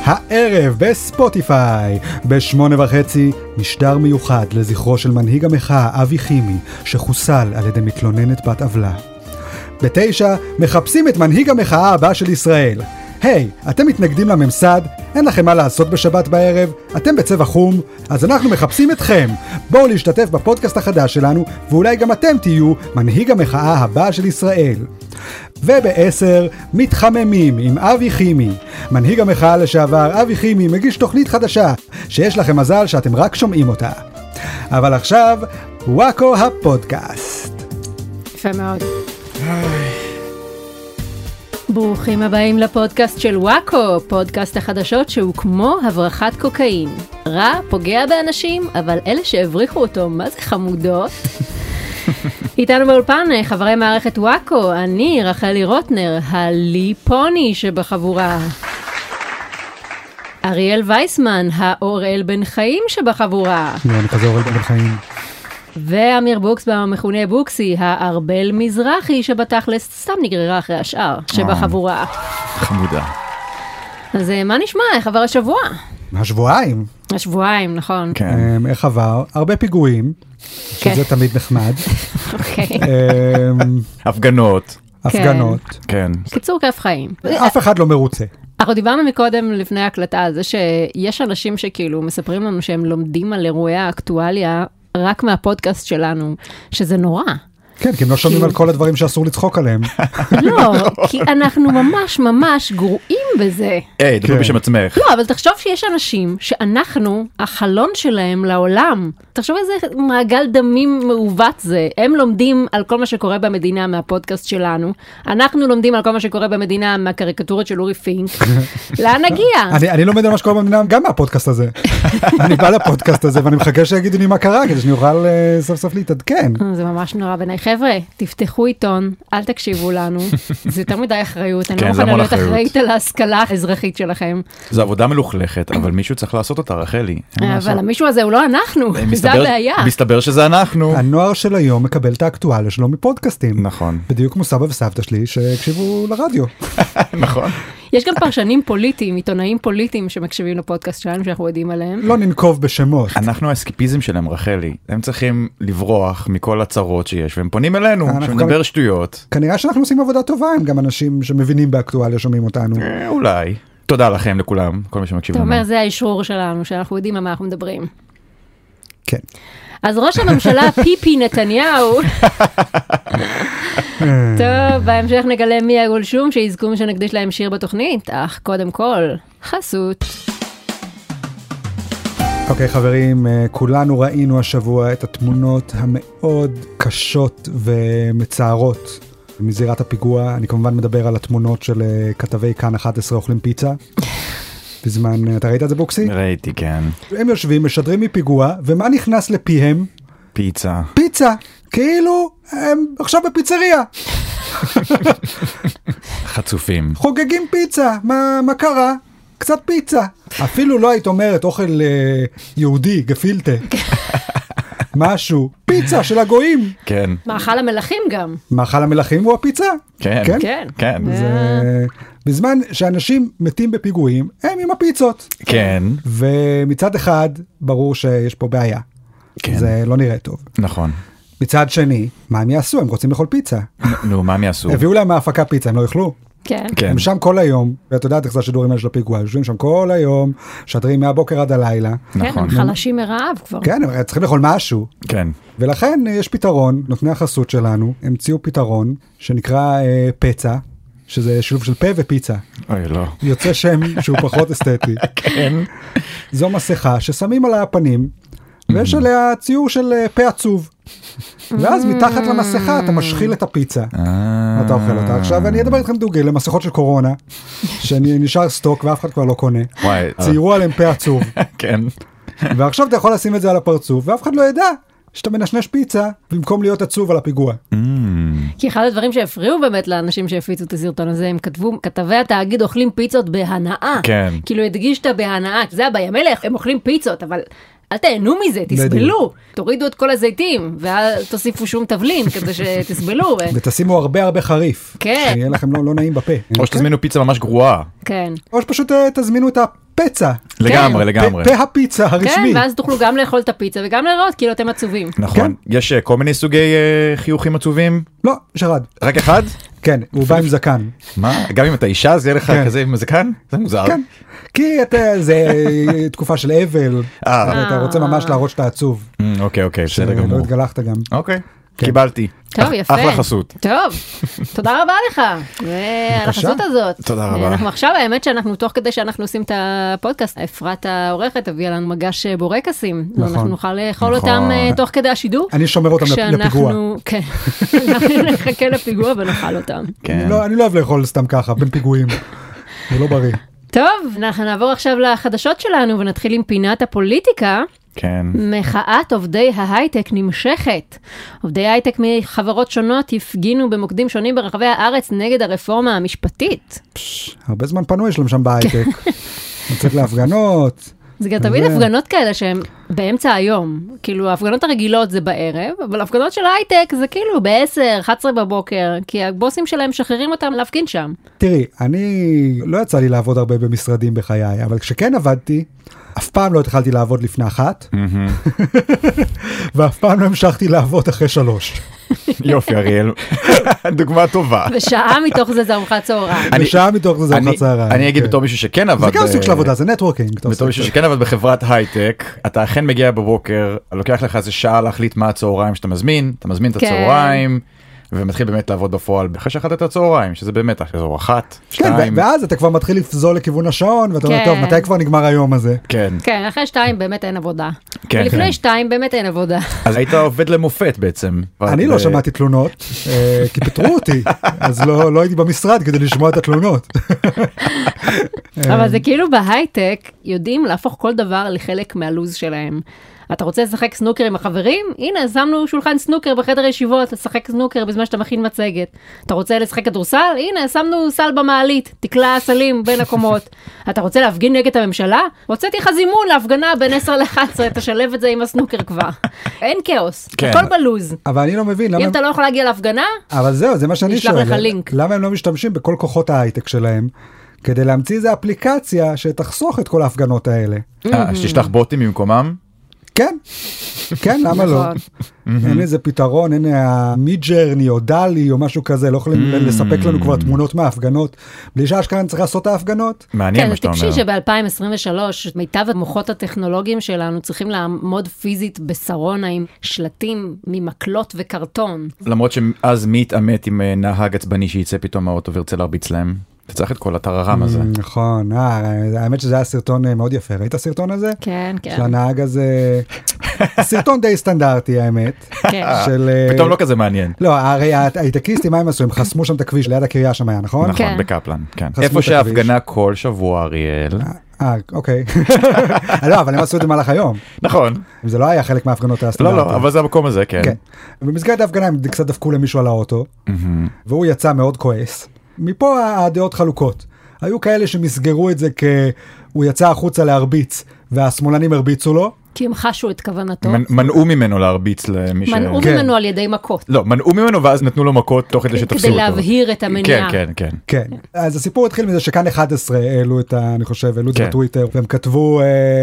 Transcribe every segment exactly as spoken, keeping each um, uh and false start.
הערב בספוטיפיי, בשמונה וחצי, משדר מיוחד לזכרו של מנהיג המחאה אבי חימי, שחוסל על ידי מתלוננת בת עוולה. בתשע, מחפשים את מנהיג המחאה הבא של ישראל. היי, hey, אתם מתנגדים לממסד? אין לכם מה לעשות בשבת בערב? אתם בצבע חום? אז אנחנו מחפשים אתכם. בואו להשתתף בפודקאסט החדש שלנו, ואולי גם אתם תהיו מנהיג המחאה הבא של ישראל. ובעשר, מתחממים עם אבי חימי. מנהיג המחאה לשעבר אבי חימי מגיש תוכנית חדשה, שיש לכם מזל שאתם רק שומעים אותה. אבל עכשיו, וואקו הפודקאסט. יפה מאוד. ברוכים הבאים לפודקאסט של וואקו, פודקאסט החדשות שהוא כמו הברחת קוקאין. רע, פוגע באנשים, אבל אלה שהבריחו אותו, מה זה חמודות? איתנו באולפן חברי מערכת וואקו, אני רחלי רוטנר, הליפוני שבחבורה. אריאל וייסמן, האוראל בן חיים שבחבורה. לא, אני כזה אוראל בן חיים. ואמיר בוקסבאום, המכונה בוקסי, הארבל מזרחי שבתכלס סתם נגררה אחרי השאר שבחבורה. חמודה. אז מה נשמע? איך עבר השבוע? השבועיים. השבועיים, נכון. כן. איך עבר? הרבה פיגועים, שזה תמיד נחמד. אוקיי. הפגנות. הפגנות. כן. קיצור כיף חיים. אף אחד לא מרוצה. אנחנו דיברנו מקודם לפני ההקלטה על זה שיש אנשים שכאילו מספרים לנו שהם לומדים על אירועי האקטואליה רק מהפודקאסט שלנו, שזה נורא. כן, כי הם לא שומעים על כל הדברים שאסור לצחוק עליהם. לא, כי אנחנו ממש ממש גרועים בזה. היי, דברו בשם עצמך. לא, אבל תחשוב שיש אנשים שאנחנו, החלון שלהם לעולם, תחשוב איזה מעגל דמים מעוות זה. הם לומדים על כל מה שקורה במדינה מהפודקאסט שלנו, אנחנו לומדים על כל מה שקורה במדינה מהקריקטורות של אורי פינק. לאן נגיע? אני לומד על מה שקורה במדינה גם מהפודקאסט הזה. אני בא לפודקאסט הזה ואני מחכה שיגידו לי מה קרה, כדי שאני אוכל סוף סוף להתעדכן. זה ממש נורא בעיניי. חבר'ה, תפתחו עיתון, אל תקשיבו לנו. זה יותר מדי אחריות. אני לא מוכנה להיות אחראית על ההשכלה האזרחית שלכם. זו עבודה מלוכלכת, אבל מישהו צריך לעשות אותה, רחלי. אבל המישהו הזה הוא לא אנחנו. זה הבעיה. מסתבר שזה אנחנו. הנוער של היום מקבל את האקטואליה שלו מפודקאסטים. נכון. בדיוק כמו סבא וסבתא שלי שהקשיבו לרדיו. נכון. יש גם פרשנים פוליטיים, עיתונאים פוליטיים שמקשיבים לפודקאסט שלנו, שאנחנו יודעים עליהם. לא ננקוב בשמות. אנחנו האסקיפיזם שלהם, רחלי. הם צריכים לברוח מכל הצרות שיש, והם פונים אלינו, שמדבר שטויות. כנראה שאנחנו עושים עבודה טובה, הם גם אנשים שמבינים באקטואליה, שומעים אותנו. אולי. תודה לכם, לכולם, כל מי שמקשיב לנו. אתה אומר, זה האישור שלנו, שאנחנו יודעים על מה אנחנו מדברים. כן. אז ראש הממשלה פיפי נתניהו, טוב, בהמשך נגלה מי הגולשום שיזכום שנקדיש להם שיר בתוכנית, אך קודם כל, חסות. אוקיי חברים, כולנו ראינו השבוע את התמונות המאוד קשות ומצערות מזירת הפיגוע. אני כמובן מדבר על התמונות של כתבי כאן אחת עשרה אוכלים פיצה. בזמן, אתה ראית את זה בוקסי? ראיתי, כן. הם יושבים, משדרים מפיגוע, ומה נכנס לפיהם? פיצה. פיצה. כאילו, הם עכשיו בפיצריה. חצופים. חוגגים פיצה. מה, מה קרה? קצת פיצה. אפילו לא היית אומרת אוכל אה, יהודי, גפילטה. משהו. פיצה של הגויים. כן. מאכל המלכים גם. מאכל המלכים הוא הפיצה. כן. כן. כן. כן. זה... בזמן שאנשים מתים בפיגועים, הם עם הפיצות. כן. ומצד אחד, ברור שיש פה בעיה. כן. זה לא נראה טוב. נכון. מצד שני, מה הם יעשו? הם רוצים לאכול פיצה. נו, מה הם יעשו? הביאו להם מההפקה פיצה, הם לא יאכלו. כן. כן. הם שם כל היום, ואתה יודעת איך זה השידורים האלה של הפיגוע, יושבים שם כל היום, שדרים מהבוקר עד הלילה. נכון. כן, הם חלשים מרעב כבר. כן, הם צריכים לאכול משהו. כן. ולכן יש פתרון, נותני החסות שלנו, המציאו פתרון שנקרא אה, פצע, שזה שילוב של פה ופיצה. אוי, לא. יוצא שם שהוא פחות אסתטי. כן. זו מסכה ששמים על הפנים, ויש עליה ציור של פה עצוב. ואז מתחת למסכה אתה משחיל את הפיצה. ואתה אוכל אותה. עכשיו אני אדבר איתכם דוגרי למסכות של קורונה, שנשאר סטוק ואף אחד כבר לא קונה. ציירו עליהם פה עצוב. כן. ועכשיו אתה יכול לשים את זה על הפרצוף, ואף אחד לא ידע שאתה מנשנש פיצה, במקום להיות עצוב על הפיגוע. כי אחד הדברים שהפריעו באמת לאנשים שהפיצו את הסרטון הזה, הם כתבו, כתבי התאגיד אוכלים פיצות בהנאה. כן. כאילו הדגישת בהנאה, זה הבעיה מלך, הם אוכלים פיצות, אבל אל תהנו מזה, תסבלו. תורידו את כל הזיתים, ואל תוסיפו שום תבלין, כדי שתסבלו. ותשימו הרבה הרבה חריף. כן. שיהיה לכם לא נעים בפה. או שתזמינו פיצה ממש גרועה. כן. או שפשוט תזמינו את פצע. לגמרי, לגמרי. פה הפיצה הרשמי. כן, ואז תוכלו גם לאכול את הפיצה וגם לראות כאילו אתם עצובים. נכון. יש כל מיני סוגי חיוכים עצובים? לא, יש אחד. רק אחד? כן, הוא בא עם זקן. מה? גם אם אתה אישה, זה יהיה לך כזה עם זקן? זה מוזר. כן, כי זה תקופה של אבל, אתה רוצה ממש להראות שאתה עצוב. אוקיי, אוקיי, בסדר גמור. לא התגלחת גם. אוקיי. קיבלתי. טוב, יפה. אחלה חסות. טוב, תודה רבה לך. על החסות הזאת. תודה רבה. אנחנו עכשיו, האמת שאנחנו, תוך כדי שאנחנו עושים את הפודקאסט, אפרת העורכת הביאה לנו מגש בורקסים. אנחנו נוכל לאכול אותם תוך כדי השידור. אני שומר אותם לפיגוע. כן, אנחנו נחכה לפיגוע ונאכל אותם. אני לא אוהב לאכול סתם ככה, בין פיגועים. זה לא בריא. טוב, אנחנו נעבור עכשיו לחדשות שלנו ונתחיל עם פינת הפוליטיקה. כן. מחאת עובדי ההייטק נמשכת. עובדי ההייטק מחברות שונות הפגינו במוקדים שונים ברחבי הארץ נגד הרפורמה המשפטית. הרבה זמן פנו יש להם שם בהייטק. נצאת להפגנות. זה גם תמיד הפגנות כאלה שהן באמצע היום. כאילו, ההפגנות הרגילות זה בערב, אבל ההפגנות של ההייטק זה כאילו ב-עשר, אחת עשרה בבוקר, כי הבוסים שלהם משחררים אותם להפגין שם. תראי, אני לא יצא לי לעבוד הרבה במשרדים בחיי, אבל כשכן עבדתי, אף פעם לא התחלתי לעבוד לפני אחת, ואף פעם לא המשכתי לעבוד אחרי שלוש. יופי, אריאל. דוגמה טובה. ושעה מתוך זה זה ארוחת צהריים. ושעה מתוך זה זה ארוחת צהריים. אני אגיד בתור מישהו שכן עבד... זה גם סוג של עבודה, זה נטוורקינג. בתור מישהו שכן עבד בחברת הייטק, אתה אכן מגיע בבוקר, לוקח לך איזה שעה להחליט מה הצהריים שאתה מזמין, אתה מזמין את הצהריים, ומתחיל באמת לעבוד בפועל אחרי שאחת את הצהריים, שזה באמת אחרי אחת, שתיים. ואז אתה כבר מתחיל לפזול לכיוון השעון, ואתה אומר, טוב, מתי כבר נגמר היום הזה? כן. כן, אחרי שתיים באמת אין עבודה. ולפני שתיים באמת אין עבודה. אז היית עובד למופת בעצם. אני לא שמעתי תלונות, כי פיטרו אותי, אז לא הייתי במשרד כדי לשמוע את התלונות. אבל זה כאילו בהייטק יודעים להפוך כל דבר לחלק מהלוז שלהם. אתה רוצה לשחק סנוקר עם החברים? הנה, שמנו שולחן סנוקר בחדר ישיבות, לשחק סנוקר בזמן שאתה מכין מצגת. אתה רוצה לשחק כדורסל? הנה, שמנו סל במעלית, תקלע סלים בין הקומות. אתה רוצה להפגין נגד הממשלה? הוצאתי לך זימון להפגנה בין עשר לאחת עשרה, תשלב את זה עם הסנוקר כבר. אין כאוס, הכל בלוז. אבל אני לא מבין. אם אתה לא יכול להגיע להפגנה, אבל זהו, זה מה שאני נשלח לך לינק. למה הם לא משתמשים בכל כוחות ההייטק שלהם? כדי להמציא איזו אפליקציה שתחסוך את כל ההפגנות האלה. שתשלח בוטים במקומם? כן, כן, למה לא? אין איזה פתרון, אין מידג'רני או דלי או משהו כזה, לא יכולים לספק לנו כבר תמונות מההפגנות, בלי שהאשכרה צריך לעשות ההפגנות. מעניין מה שאתה אומר. כן, תקשיב שב-אלפיים עשרים ושלוש, מיטב המוחות הטכנולוגיים שלנו צריכים לעמוד פיזית בסרונה עם שלטים ממקלות וקרטון. למרות שאז מי התאמת עם נהג עצבני שייצא פתאום מהאוטו וירצה להרביץ להם? אתה צריך את כל הטררם הזה. נכון, האמת שזה היה סרטון מאוד יפה, ראית הסרטון הזה? כן, כן. של הנהג הזה, סרטון די סטנדרטי האמת. כן. פתאום לא כזה מעניין. לא, הרי ההייטקיסטים, מה הם עשו? הם חסמו שם את הכביש ליד הקריה שם היה, נכון? נכון, בקפלן, כן. איפה שההפגנה כל שבוע, אריאל. אה, אוקיי. לא, אבל הם עשו את זה מהלך היום. נכון. זה לא היה חלק מההפגנות הסטנדרטיות. לא, לא, אבל זה המקום הזה, כן. במסגרת ההפגנה הם קצת דפקו למישהו על האוטו, והוא יצא מאוד כועס. מפה הדעות חלוקות. היו כאלה שמסגרו את זה כהוא יצא החוצה להרביץ, והשמאלנים הרביצו לו. כי הם חשו את כוונתו. מנעו ממנו להרביץ למי ש... מנעו ממנו על ידי מכות. לא, מנעו ממנו ואז נתנו לו מכות תוך כדי שתפסו אותו. כדי להבהיר את המניעה. כן, כן, כן. כן. אז הסיפור התחיל מזה שכאן אחת עשרה העלו את ה... אני חושב, העלו את זה בטוויטר, והם כתבו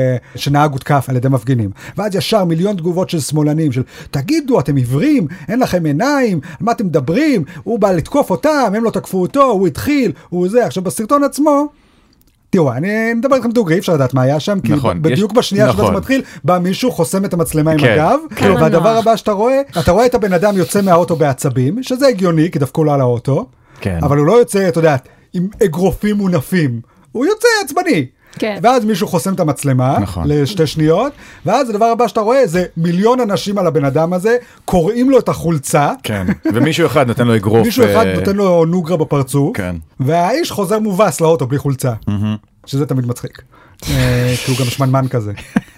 שנהג הותקף על ידי מפגינים. ואז ישר מיליון תגובות של שמאלנים, של תגידו, אתם עיוורים, אין לכם עיניים, על מה אתם מדברים, הוא בא לתקוף אותם, הם לא תקפו אותו, הוא התחיל, הוא זה. עכשיו בסרטון עצמו, תראו, אני מדבר איתכם דוגרי, אי אפשר לדעת מה היה שם, כי בדיוק בשנייה שזה מתחיל, בא מישהו חוסם את המצלמה עם הגב, והדבר הבא שאתה רואה, אתה רואה את הבן אדם יוצא מהאוטו בעצבים, שזה הגיוני, כי דפקו לו על האוטו, אבל הוא לא יוצא, אתה יודע, עם אגרופים מונפים, הוא יוצא עצבני. ואז מישהו חוסם את המצלמה לשתי שניות, ואז הדבר הבא שאתה רואה זה מיליון אנשים על הבן אדם הזה, קוראים לו את החולצה. כן, ומישהו אחד נותן לו אגרוף. מישהו אחד נותן לו נוגרה בפרצוף, והאיש חוזר מובס לאוטו בלי חולצה. שזה תמיד מצחיק. כי הוא גם שמנמן כזה.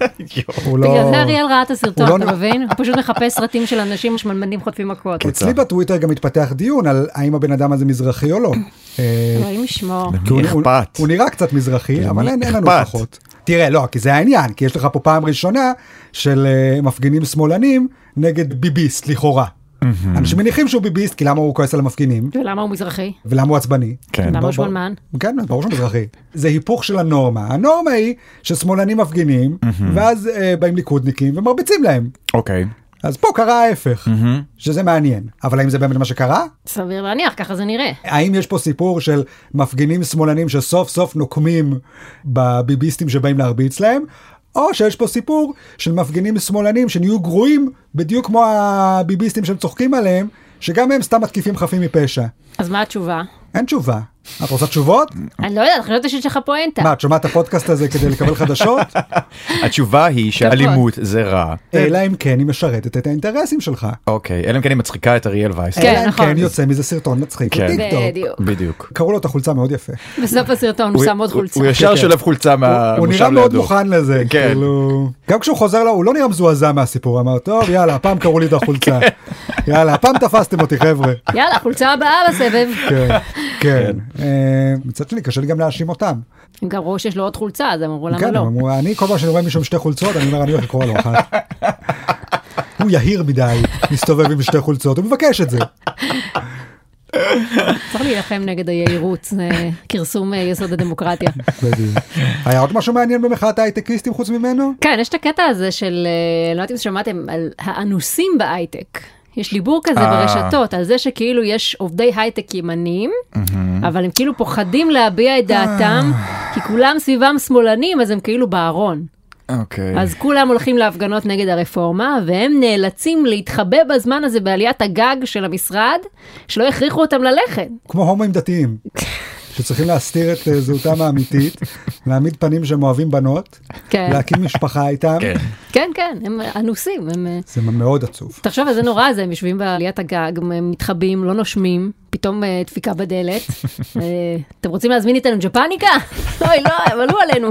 בגלל זה אריאל ראה את הסרטון, אתה מבין? הוא פשוט מחפש סרטים של אנשים שמנמנים חוטפים מכות. אצלי בטוויטר גם התפתח דיון על האם הבן אדם הזה מזרחי או לא. אלוהים ישמור. הוא נראה קצת מזרחי, אבל אין לנו פחות. תראה, לא, כי זה העניין, כי יש לך פה פעם ראשונה של מפגינים שמאלנים נגד ביביסט, לכאורה. אנשים מניחים שהוא ביביסט, כי למה הוא כועס על המפגינים? ולמה הוא מזרחי? ולמה הוא עצבני? כן. למה הוא שמאלמן? כן, ברור שהוא מזרחי. זה היפוך של הנורמה. הנורמה היא ששמאלנים מפגינים, ואז אה, באים ליכודניקים ומרביצים להם. אוקיי. אז פה קרה ההפך, שזה מעניין. אבל האם זה באמת מה שקרה? סביר להניח, ככה זה נראה. האם יש פה סיפור של מפגינים שמאלנים שסוף סוף נוקמים בביביסטים שבאים להרביץ להם? או שיש פה סיפור של מפגינים שמאלנים שנהיו גרועים בדיוק כמו הביביסטים שהם צוחקים עליהם, שגם הם סתם מתקיפים חפים מפשע. אז מה התשובה? אין תשובה. את רוצה תשובות? אני לא יודעת, אני חושבת שיש לך פואנטה. מה, את שומעת את הפודקאסט הזה כדי לקבל חדשות? התשובה היא שאלימות זה רע. אלא אם כן היא משרתת את האינטרסים שלך. אוקיי, אלא אם כן היא מצחיקה את אריאל וייס. כן, אלא אם נכון. כן יוצא מזה סרטון מצחיק כן. בטיקטוק. בדיוק. בדיוק. קראו לו את החולצה מאוד יפה. בסוף הסרטון הוא שם עוד חולצה. הוא ישר כן, שולף חולצה הוא מהמושב נראה מאוד לידו. מוכן לזה. כן. כאילו... גם כשהוא חוזר לו, הוא לא נראה מזועזע מהסיפור. אמר, טוב, יאללה, הפעם קראו לי את החולצה. יאללה, הפעם תפסתם אותי, חבר'ה. יאללה, חולצה הבאה בסבב. כן, כן. אה, מצד שני, קשה לי גם להאשים אותם. הם גם ראו שיש לו עוד חולצה, אז הם אמרו למה כן, לא. הם אמרו, אני כל פעם שאני רואה מישהו עם שתי חולצות, אני אומר, אני הולך לקרוא לו אחת. הוא יהיר מדי, מסתובב עם שתי חולצות, הוא מבקש את זה. צריך להילחם נגד היהירות, זה כרסום יסוד הדמוקרטיה. בדיוק. היה עוד משהו מעניין במחאת ההייטקיסטים חוץ ממנו? כן, יש את הקטע הזה של, לא יודעת אם שמעתם, על האנוסים בהייטק. יש ליבור כזה ברשתות, על זה שכאילו יש עובדי הייטק ימנים, אבל הם כאילו פוחדים להביע את דעתם, כי כולם סביבם שמאלנים, אז הם כאילו בארון. אוקיי. אז כולם הולכים להפגנות נגד הרפורמה, והם נאלצים להתחבא בזמן הזה בעליית הגג של המשרד, שלא יכריחו אותם ללכת. כמו הומואים דתיים, שצריכים להסתיר את אה, זהותם האמיתית, להעמיד פנים שהם אוהבים בנות, כן. להקים משפחה איתם. כן. כן, כן, הם אנוסים. הם... זה מאוד עצוב. תחשוב, זה נורא, זה, הם יושבים בעליית הגג, הם מתחבאים, לא נושמים, פתאום uh, דפיקה בדלת. uh, אתם רוצים להזמין איתנו ג'פניקה? אוי, לא, הם עלו עלינו.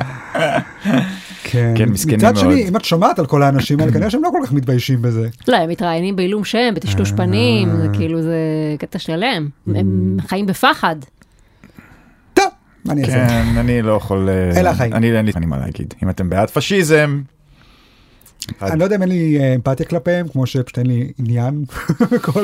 כן, כן, מסכנים מצד מאוד. שני, אם את שומעת על כל האנשים האלה, כנראה שהם לא כל כך מתביישים בזה. לא, הם מתראיינים בעילום שם, בטשטוש פנים, זה כאילו, זה קטע שלם. הם חיים בפחד. טוב, מה אני אעשה? כן, אני לא יכול... אה, אלה החיים. אני אין לי מה להגיד. אם אתם בעד פשיזם... אני לא יודע אם אין לי אה, אמפתיה כלפיהם, כמו שפשוט אין לי עניין בכל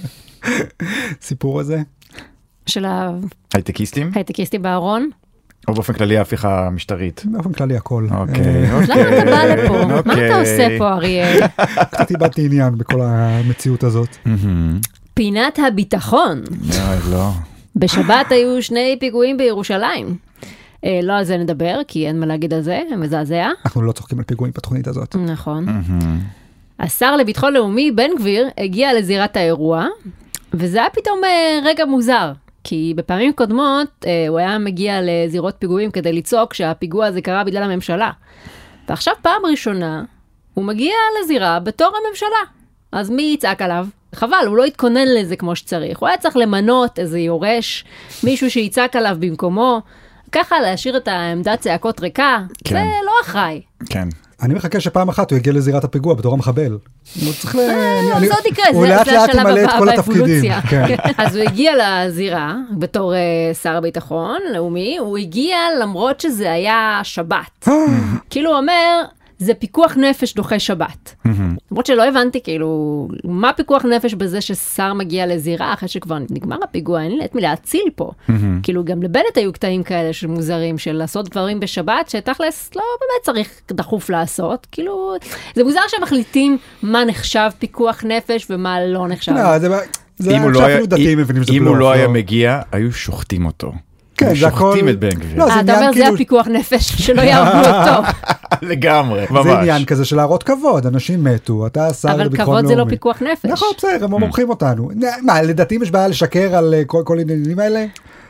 הסיפור הזה. של הייטקיסטים? ההייטקיסטים בארון. או באופן כללי ההפיכה המשטרית. באופן כללי הכל. אוקיי, אה, אוקיי. למה אתה בא לפה? מה אוקיי. אתה עושה פה, אריאל? קצת איבדתי עניין בכל המציאות הזאת. מהמם. פינת הביטחון. אוי, לא. בשבת היו שני פיגועים בירושלים. אה, לא על זה נדבר, כי אין מה להגיד על זה, מזעזע. אנחנו לא צוחקים על פיגועים בתוכנית הזאת. נכון. מהמם. השר לביטחון לאומי, בן גביר, הגיע לזירת האירוע, וזה היה פתאום אה, רגע מוזר. כי בפעמים קודמות אה, הוא היה מגיע לזירות פיגועים כדי לצעוק שהפיגוע הזה קרה בגלל הממשלה. ועכשיו פעם ראשונה הוא מגיע לזירה בתור הממשלה. אז מי יצעק עליו? חבל, הוא לא התכונן לזה כמו שצריך. הוא היה צריך למנות איזה יורש, מישהו שיצעק עליו במקומו. ככה להשאיר את העמדת צעקות ריקה, כן. זה לא אחראי. כן. אני מחכה שפעם אחת הוא יגיע לזירת הפיגוע בתור המחבל. הוא צריך ל... אה, אני- זה עוד יקרה, הוא זה לאט זה לאט השלב ימלא את הבא כל התפקידים. באבולוציה. כן. אז הוא הגיע לזירה בתור אה, שר הביטחון לאומי, הוא הגיע למרות שזה היה שבת. כאילו הוא אומר, זה פיקוח נפש דוחה שבת. למרות שלא הבנתי, כאילו, מה פיקוח נפש בזה ששר מגיע לזירה אחרי שכבר נגמר הפיגוע, אין לי את מי להציל פה. כאילו, גם לבנט היו קטעים כאלה של מוזרים, של לעשות דברים בשבת, שתכלס לא באמת צריך דחוף לעשות. כאילו, זה מוזר שמחליטים מה נחשב פיקוח נפש ומה לא נחשב. לא, זה... זה אם הוא עכשיו לא היה- אפילו דתיים מבינים שזה אם הוא בלוף, לא היה מגיע, היו שוחטים אותו. כן, היו זה הכל... שוחטים את בן גביר. לא, זה אה, אתה עניין אומר, זה כאילו... הפיקוח נפש, שלא יהרגו אותו. לגמרי, ממש. זה עניין כזה של להראות כבוד, אנשים מתו, אתה שר אבל לביטחון כבוד לאומי. זה לא פיקוח נפש. נכון, בסדר, הם מורחים אותנו. מה, לדעתים יש בעיה לשקר על אה, כל כל העניינים האלה?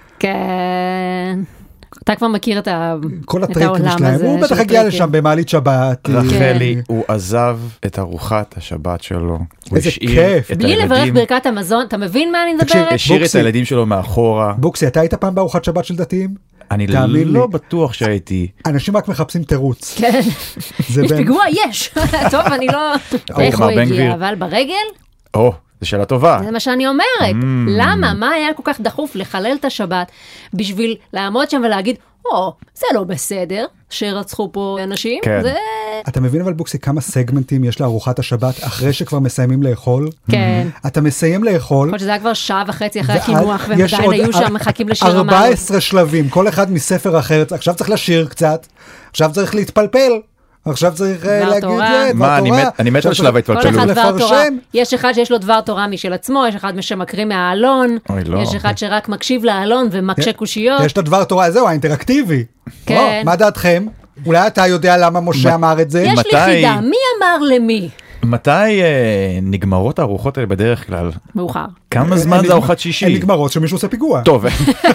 כן. אתה כבר מכיר את ה- כל את הטריקים העולם שלהם. הזה הוא של בטח הגיע טריקים. לשם במעלית שבת. אה, רחלי, הוא עזב את ארוחת השבת שלו. הוא איזה השאיר כיף. את בלי לברך הילדים- ברכת המזון, אתה מבין מה אני תקשיב, מדברת? השאיר את בוקסי. הילדים שלו מאחורה. בוקסי, אתה היית פעם בארוחת שבת של דתיים? אני תאמין לא לי. בטוח שהייתי. אנשים רק מחפשים תירוץ. כן. זה יש בין- פיגוע, יש. טוב, אני לא... איך הוא בן גביר. הגיע, אבל ברגל? או, זו שאלה טובה. זה מה שאני אומרת. למה? מה היה כל כך דחוף לחלל את השבת בשביל לעמוד שם ולהגיד, או, זה לא בסדר שרצחו פה אנשים, כן. זה אתה מבין אבל בוקסי כמה סגמנטים יש לארוחת השבת אחרי שכבר מסיימים לאכול? כן. אתה מסיים לאכול. יכול שזה היה כבר שעה וחצי אחרי הכינוח, והם עדיין היו שם מחכים לשיר המעלות. ארבע עשרה שלבים, כל אחד מספר אחר, עכשיו צריך לשיר קצת, עכשיו צריך להתפלפל. עכשיו צריך להגיד זה, מה, אני מת על שלב ההתפלפלות. כל אחד דבר תורה, יש אחד שיש לו דבר תורה משל עצמו, יש אחד שמקריא מהאלון, יש אחד שרק מקשיב לאלון ומקשה קושיות. יש את הדבר תורה, זהו, האינטראקטיבי. כן. מה דעתכם? אולי אתה יודע למה משה אמר את זה? יש לי חידה, מי אמר למי? מתי נגמרות הארוחות האלה בדרך כלל? מאוחר. כמה זמן זה ארוחת שישי? הן נגמרות שמישהו עושה פיגוע. טוב.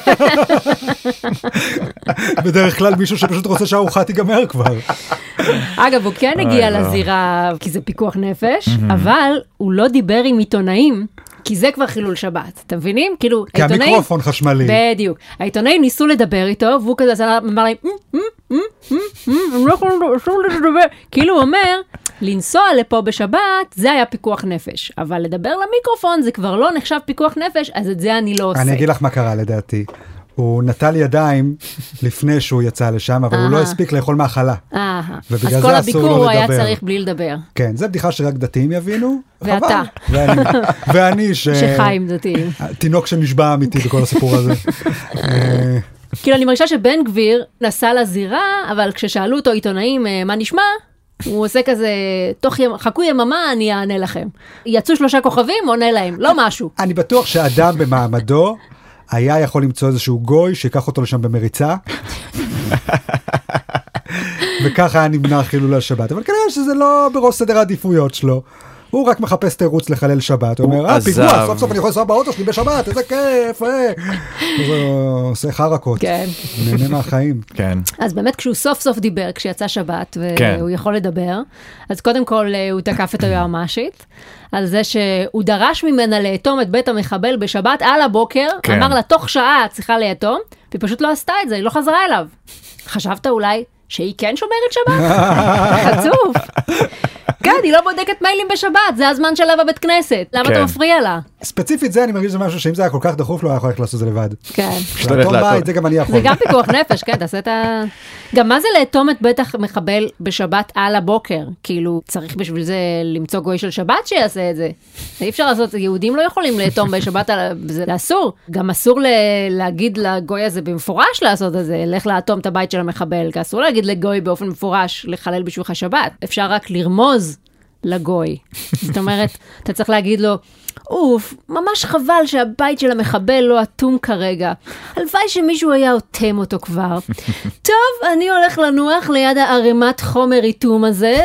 בדרך כלל מישהו שפשוט רוצה שהארוחה תיגמר כבר. אגב, הוא כן הגיע לזירה, כי זה פיקוח נפש, אבל הוא לא דיבר עם עיתונאים, כי זה כבר חילול שבת, אתם מבינים? כאילו, כי המיקרופון חשמלי. בדיוק. העיתונאים ניסו לדבר איתו, והוא כזה אמר להם, הם לא יכולים לדבר. כאילו הוא אומר, לנסוע לפה בשבת, זה היה פיקוח נפש. אבל לדבר למיקרופון זה כבר לא נחשב פיקוח נפש, אז את זה אני לא עושה. אני אגיד לך מה קרה לדעתי. הוא נטל ידיים לפני שהוא יצא לשם, אבל הוא לא הספיק לאכול מאכלה. אז כל הביקור הוא היה צריך בלי לדבר. כן, זה בדיחה שרק דתיים יבינו. ואתה. ואני ש... שחיים דתיים. תינוק שנשבע אמיתי בכל הסיפור הזה. כאילו אני מרגישה שבן גביר נסע לזירה, אבל כששאלו אותו עיתונאים מה נשמע, הוא עושה כזה, תוך ימ... חכו יממה, אני אענה לכם. יצאו שלושה כוכבים, עונה להם, לא משהו. אני בטוח שאדם במעמדו, היה יכול למצוא איזשהו גוי שיקח אותו לשם במריצה, וככה היה נמנע חילול השבת. אבל כנראה שזה לא בראש סדר העדיפויות שלו. הוא רק מחפש תירוץ לחלל שבת. הוא אומר, אה, פיגוע, סוף סוף אני יכול לנסוע באוטו שלי בשבת, איזה כיף, אה. הוא עושה חרקות. כן. נהנה מהחיים. כן. אז באמת כשהוא סוף סוף דיבר, כשיצא שבת, והוא יכול לדבר, אז קודם כל הוא תקף את היועמ"שית, על זה שהוא דרש ממנה לאטום את בית המחבל בשבת על הבוקר, אמר לה תוך שעה צריכה לאטום, והיא פשוט לא עשתה את זה, היא לא חזרה אליו. חשבת אולי שהיא כן שומרת שבת? חצוף. כן, היא לא בודקת מיילים בשבת, זה הזמן שלה בבית כנסת. למה אתה מפריע לה? ספציפית זה, אני מרגיש שזה משהו שאם זה היה כל כך דחוף, לא היה יכול לעשות את זה לבד. כן. זה גם אני יכול. זה גם פיקוח נפש, כן, תעשה את ה... גם מה זה לאטום את בית המחבל בשבת על הבוקר? כאילו, צריך בשביל זה למצוא גוי של שבת שיעשה את זה. אי אפשר לעשות, יהודים לא יכולים לאטום בשבת, זה אסור. גם אסור להגיד לגוי הזה במפורש לעשות את זה, לך לאטום את הבית של המחבל, כי אסור להגיד לגוי באופן מפורש לחלל בשבילך שבת. אפשר רק לרמוז לגוי. זאת אומרת, אתה צריך להגיד לו, אוף, ממש חבל שהבית של המחבל לא אטום כרגע. הלוואי שמישהו היה אוטם אותו כבר. טוב, אני הולך לנוח ליד הערימת חומר איתום הזה,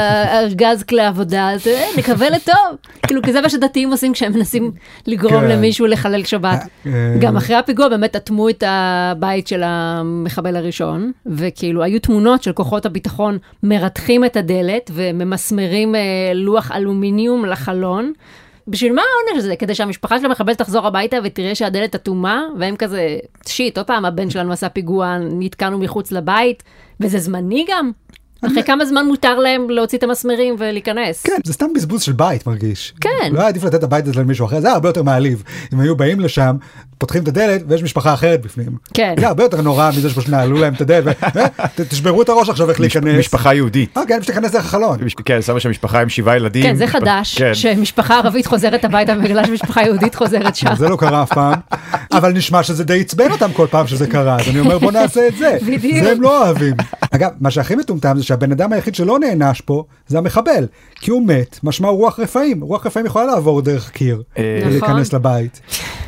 והארגז כלי העבודה הזה, נקווה לטוב. כאילו, כי זה מה שדתיים עושים כשהם מנסים לגרום למישהו לחלל שבת. גם אחרי הפיגוע באמת אטמו את הבית של המחבל הראשון, וכאילו, היו תמונות של כוחות הביטחון מרתחים את הדלת, וממסמרים לוח אלומיניום לחלון, בשביל מה העונש הזה? כדי שהמשפחה של המחבל תחזור הביתה ותראה שהדלת אטומה, והם כזה, שיט, עוד פעם הבן שלנו עשה פיגוע, נתקענו מחוץ לבית, וזה זמני גם. אחרי כמה זמן מותר להם להוציא את המסמרים ולהיכנס? כן, זה סתם בזבוז של בית מרגיש. כן. לא היה עדיף לתת את הבית הזה למישהו אחר, זה הרבה יותר מעליב. אם היו באים לשם, פותחים את הדלת ויש משפחה אחרת בפנים. כן. זה הרבה יותר נורא מזה שפשוט נעלו להם את הדלת, ותשברו את הראש עכשיו איך להיכנס. משפחה יהודית. אה, כן, פשוט להיכנס דרך החלון. כן, שמה שמשפחה עם שבעה ילדים. כן, זה חדש, שמשפחה ערבית חוזרת הביתה בגלל שמשפחה יהודית חוזרת שם. זה לא קרה אף פעם, אבל נשמע שזה די עצבן אותם כל פעם שזה קרה, אז אני אומר בוא נעשה את זה. בדיוק. זה הם לא אוהבים. אגב, מה שהכי מטומטם זה שהבן אדם היחיד שלא נענש פה, זה המחבל, כי הוא מת, משמע רוח רפאים. רוח רפאים יכולה לעבור דרך קיר, ולהיכנס לבית.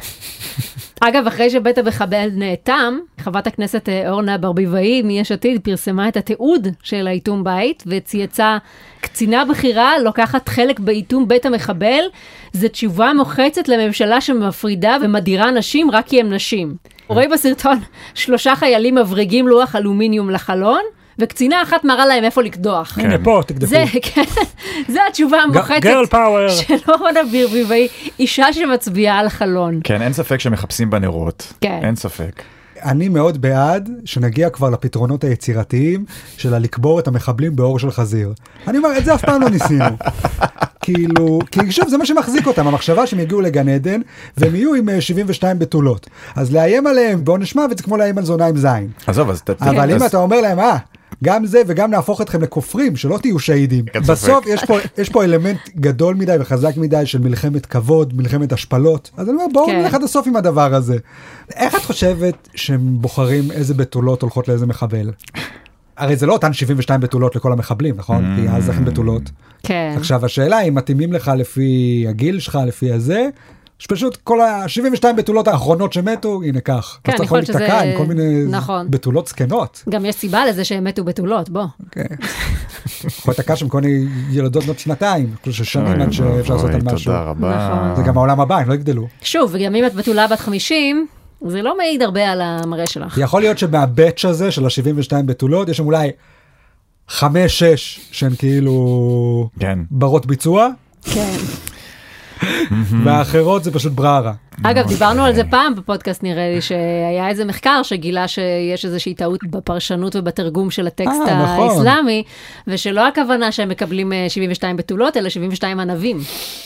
אגב, אחרי שבית המחבל נאטם, חברת הכנסת אורנה ברביבאי מיש עתיד פרסמה את התיעוד של האיטום בית, וצייצה, קצינה בכירה לוקחת חלק באיטום בית המחבל, זו תשובה מוחצת לממשלה שמפרידה ומדירה נשים רק כי הם נשים. רואה בסרטון שלושה חיילים מבריגים לוח אלומיניום לחלון, וקצינה אחת מראה להם איפה לקדוח. הנה פה, תקדחו. זה התשובה המוחצת של אורנה ברביבאי, אישה שמצביעה על חלון. כן, אין ספק שמחפשים בנרות. אין ספק. אני מאוד בעד שנגיע כבר לפתרונות היצירתיים של לקבור את המחבלים באור של חזיר. אני אומר, את זה אף פעם לא ניסינו. כאילו, כי שוב, זה מה שמחזיק אותם, המחשבה שהם יגיעו לגן עדן, והם יהיו עם שבעים ושתיים בתולות. אז לאיים עליהם בעונש מוות זה כמו לאיים על זונה עם זין. עזוב, אז... אבל אם אתה אומר להם, אה, גם זה וגם נהפוך אתכם לכופרים, שלא תהיו שהידים. בסוף יש פה, יש פה אלמנט גדול מדי וחזק מדי של מלחמת כבוד, מלחמת השפלות. אז אני אומר, בואו נלך עד הסוף עם הדבר הזה. איך את חושבת שהם בוחרים איזה בתולות הולכות לאיזה מחבל? הרי זה לא אותן שבעים ושתיים בתולות לכל המחבלים, נכון? כי אז לכם בתולות. כן. עכשיו השאלה, אם מתאימים לך לפי הגיל שלך, לפי הזה, שפשוט כל ה-שבעים ושתיים בתולות האחרונות שמתו, הנה כך. כן, אז אתה יכול להתקע עם כל מיני נכון. בתולות זקנות. גם יש סיבה לזה שהם מתו בתולות, בוא. כן. יכול להתקע שם כל מיני ילדות בנות שנתיים, ששנים עד שאפשר לעשות על משהו. תודה רבה. נכון. זה גם העולם הבא, הם לא יגדלו. שוב, וגם אם את בתולה בת חמישים, זה לא מעיד הרבה על המראה שלך. יכול להיות שמהבטש הזה של ה-שבעים ושתיים בתולות, יש שם אולי חמש, שש, שהן כאילו כן. ברות ביצוע, כן. והאחרות זה פשוט בררה. אגב, דיברנו על זה פעם בפודקאסט, נראה לי שהיה איזה מחקר שגילה שיש איזושהי טעות בפרשנות ובתרגום של הטקסט האסלאמי, ושלא הכוונה שהם מקבלים שבעים ושתיים בתולות, אלא שבעים ושתיים ענבים.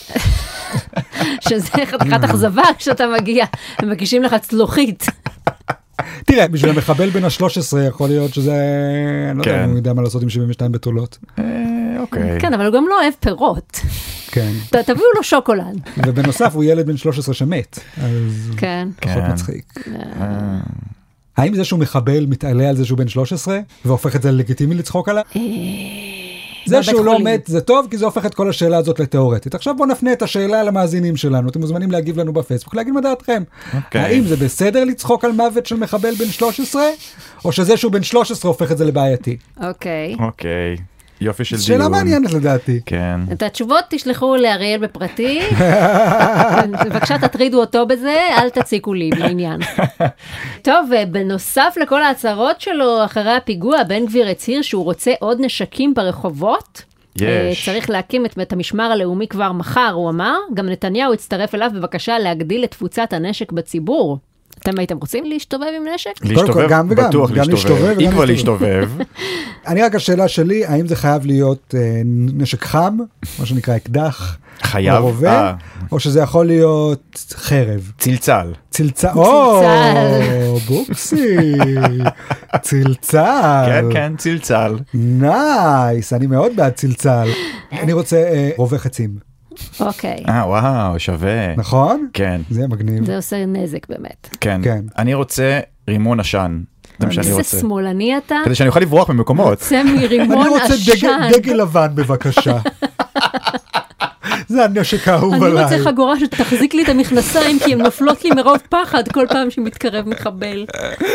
שזה חתיכת אכזבה כשאתה מגיע, הם מגישים לך צלוחית. תראה, בשביל המחבל בין ה-שלוש עשרה יכול להיות שזה, אני לא יודע אם הוא יודע מה לעשות עם שבעים ושתיים בתולות. אוקיי. כן, אבל הוא גם לא אוהב פירות. כן. תביאו לו שוקולד. ובנוסף הוא ילד בן שלוש עשרה שמת, אז כן. פחות מצחיק. האם זה שהוא מחבל מתעלה על זה שהוא בן שלוש עשרה, והופך את זה לגיטימי לצחוק עליו? זה שהוא לא מת זה טוב, כי זה הופך את כל השאלה הזאת לתיאורטית. עכשיו בואו נפנה את השאלה למאזינים שלנו. אתם מוזמנים להגיב לנו בפייסבוק, להגיד מה דעתכם. האם זה בסדר לצחוק על מוות של מחבל בן שלוש עשרה, או שזה שהוא בן שלוש עשרה הופך את זה לבעייתי? אוקיי. אוקיי. יופי של דיון. שאלה מעניינת לדעתי. כן. את התשובות תשלחו לאריאל בפרטי, בבקשה תטרידו אותו בזה, אל תציקו לי בעניין. טוב, בנוסף לכל ההצהרות שלו אחרי הפיגוע, בן גביר הצהיר שהוא רוצה עוד נשקים ברחובות. יש. צריך להקים את, את המשמר הלאומי כבר מחר, הוא אמר. גם נתניהו הצטרף אליו בבקשה להגדיל את תפוצת הנשק בציבור. אתם הייתם רוצים להשתובב עם נשק? להשתובב, גם וגם, בטוח גם להשתובב, אם כבר להשתובב. אני רק השאלה שלי, האם זה חייב להיות אה, נשק חם, מה שנקרא אקדח, חייב, או רובה, או שזה יכול להיות חרב? צלצל. צלצל, או, בוקסי, צלצל. כן, כן, צלצל. נייס, אני מאוד בעד צלצל. אני רוצה אה, רובה חצים. אוקיי. אה, וואו, שווה. נכון? כן. זה מגניב. זה עושה נזק באמת. כן. כן. אני רוצה רימון עשן. זה מה שאני איזה רוצה. שמאלני אתה? כדי שאני אוכל לברוח ממקומות. רוצה מרימון אני רוצה עשן. דגל, דגל לבן בבקשה. זה הנשק האהוב עליי. אני רוצה חגורה שתחזיק לי את המכנסיים, כי הן נופלות לי מרוב פחד כל פעם שמתקרב מחבל.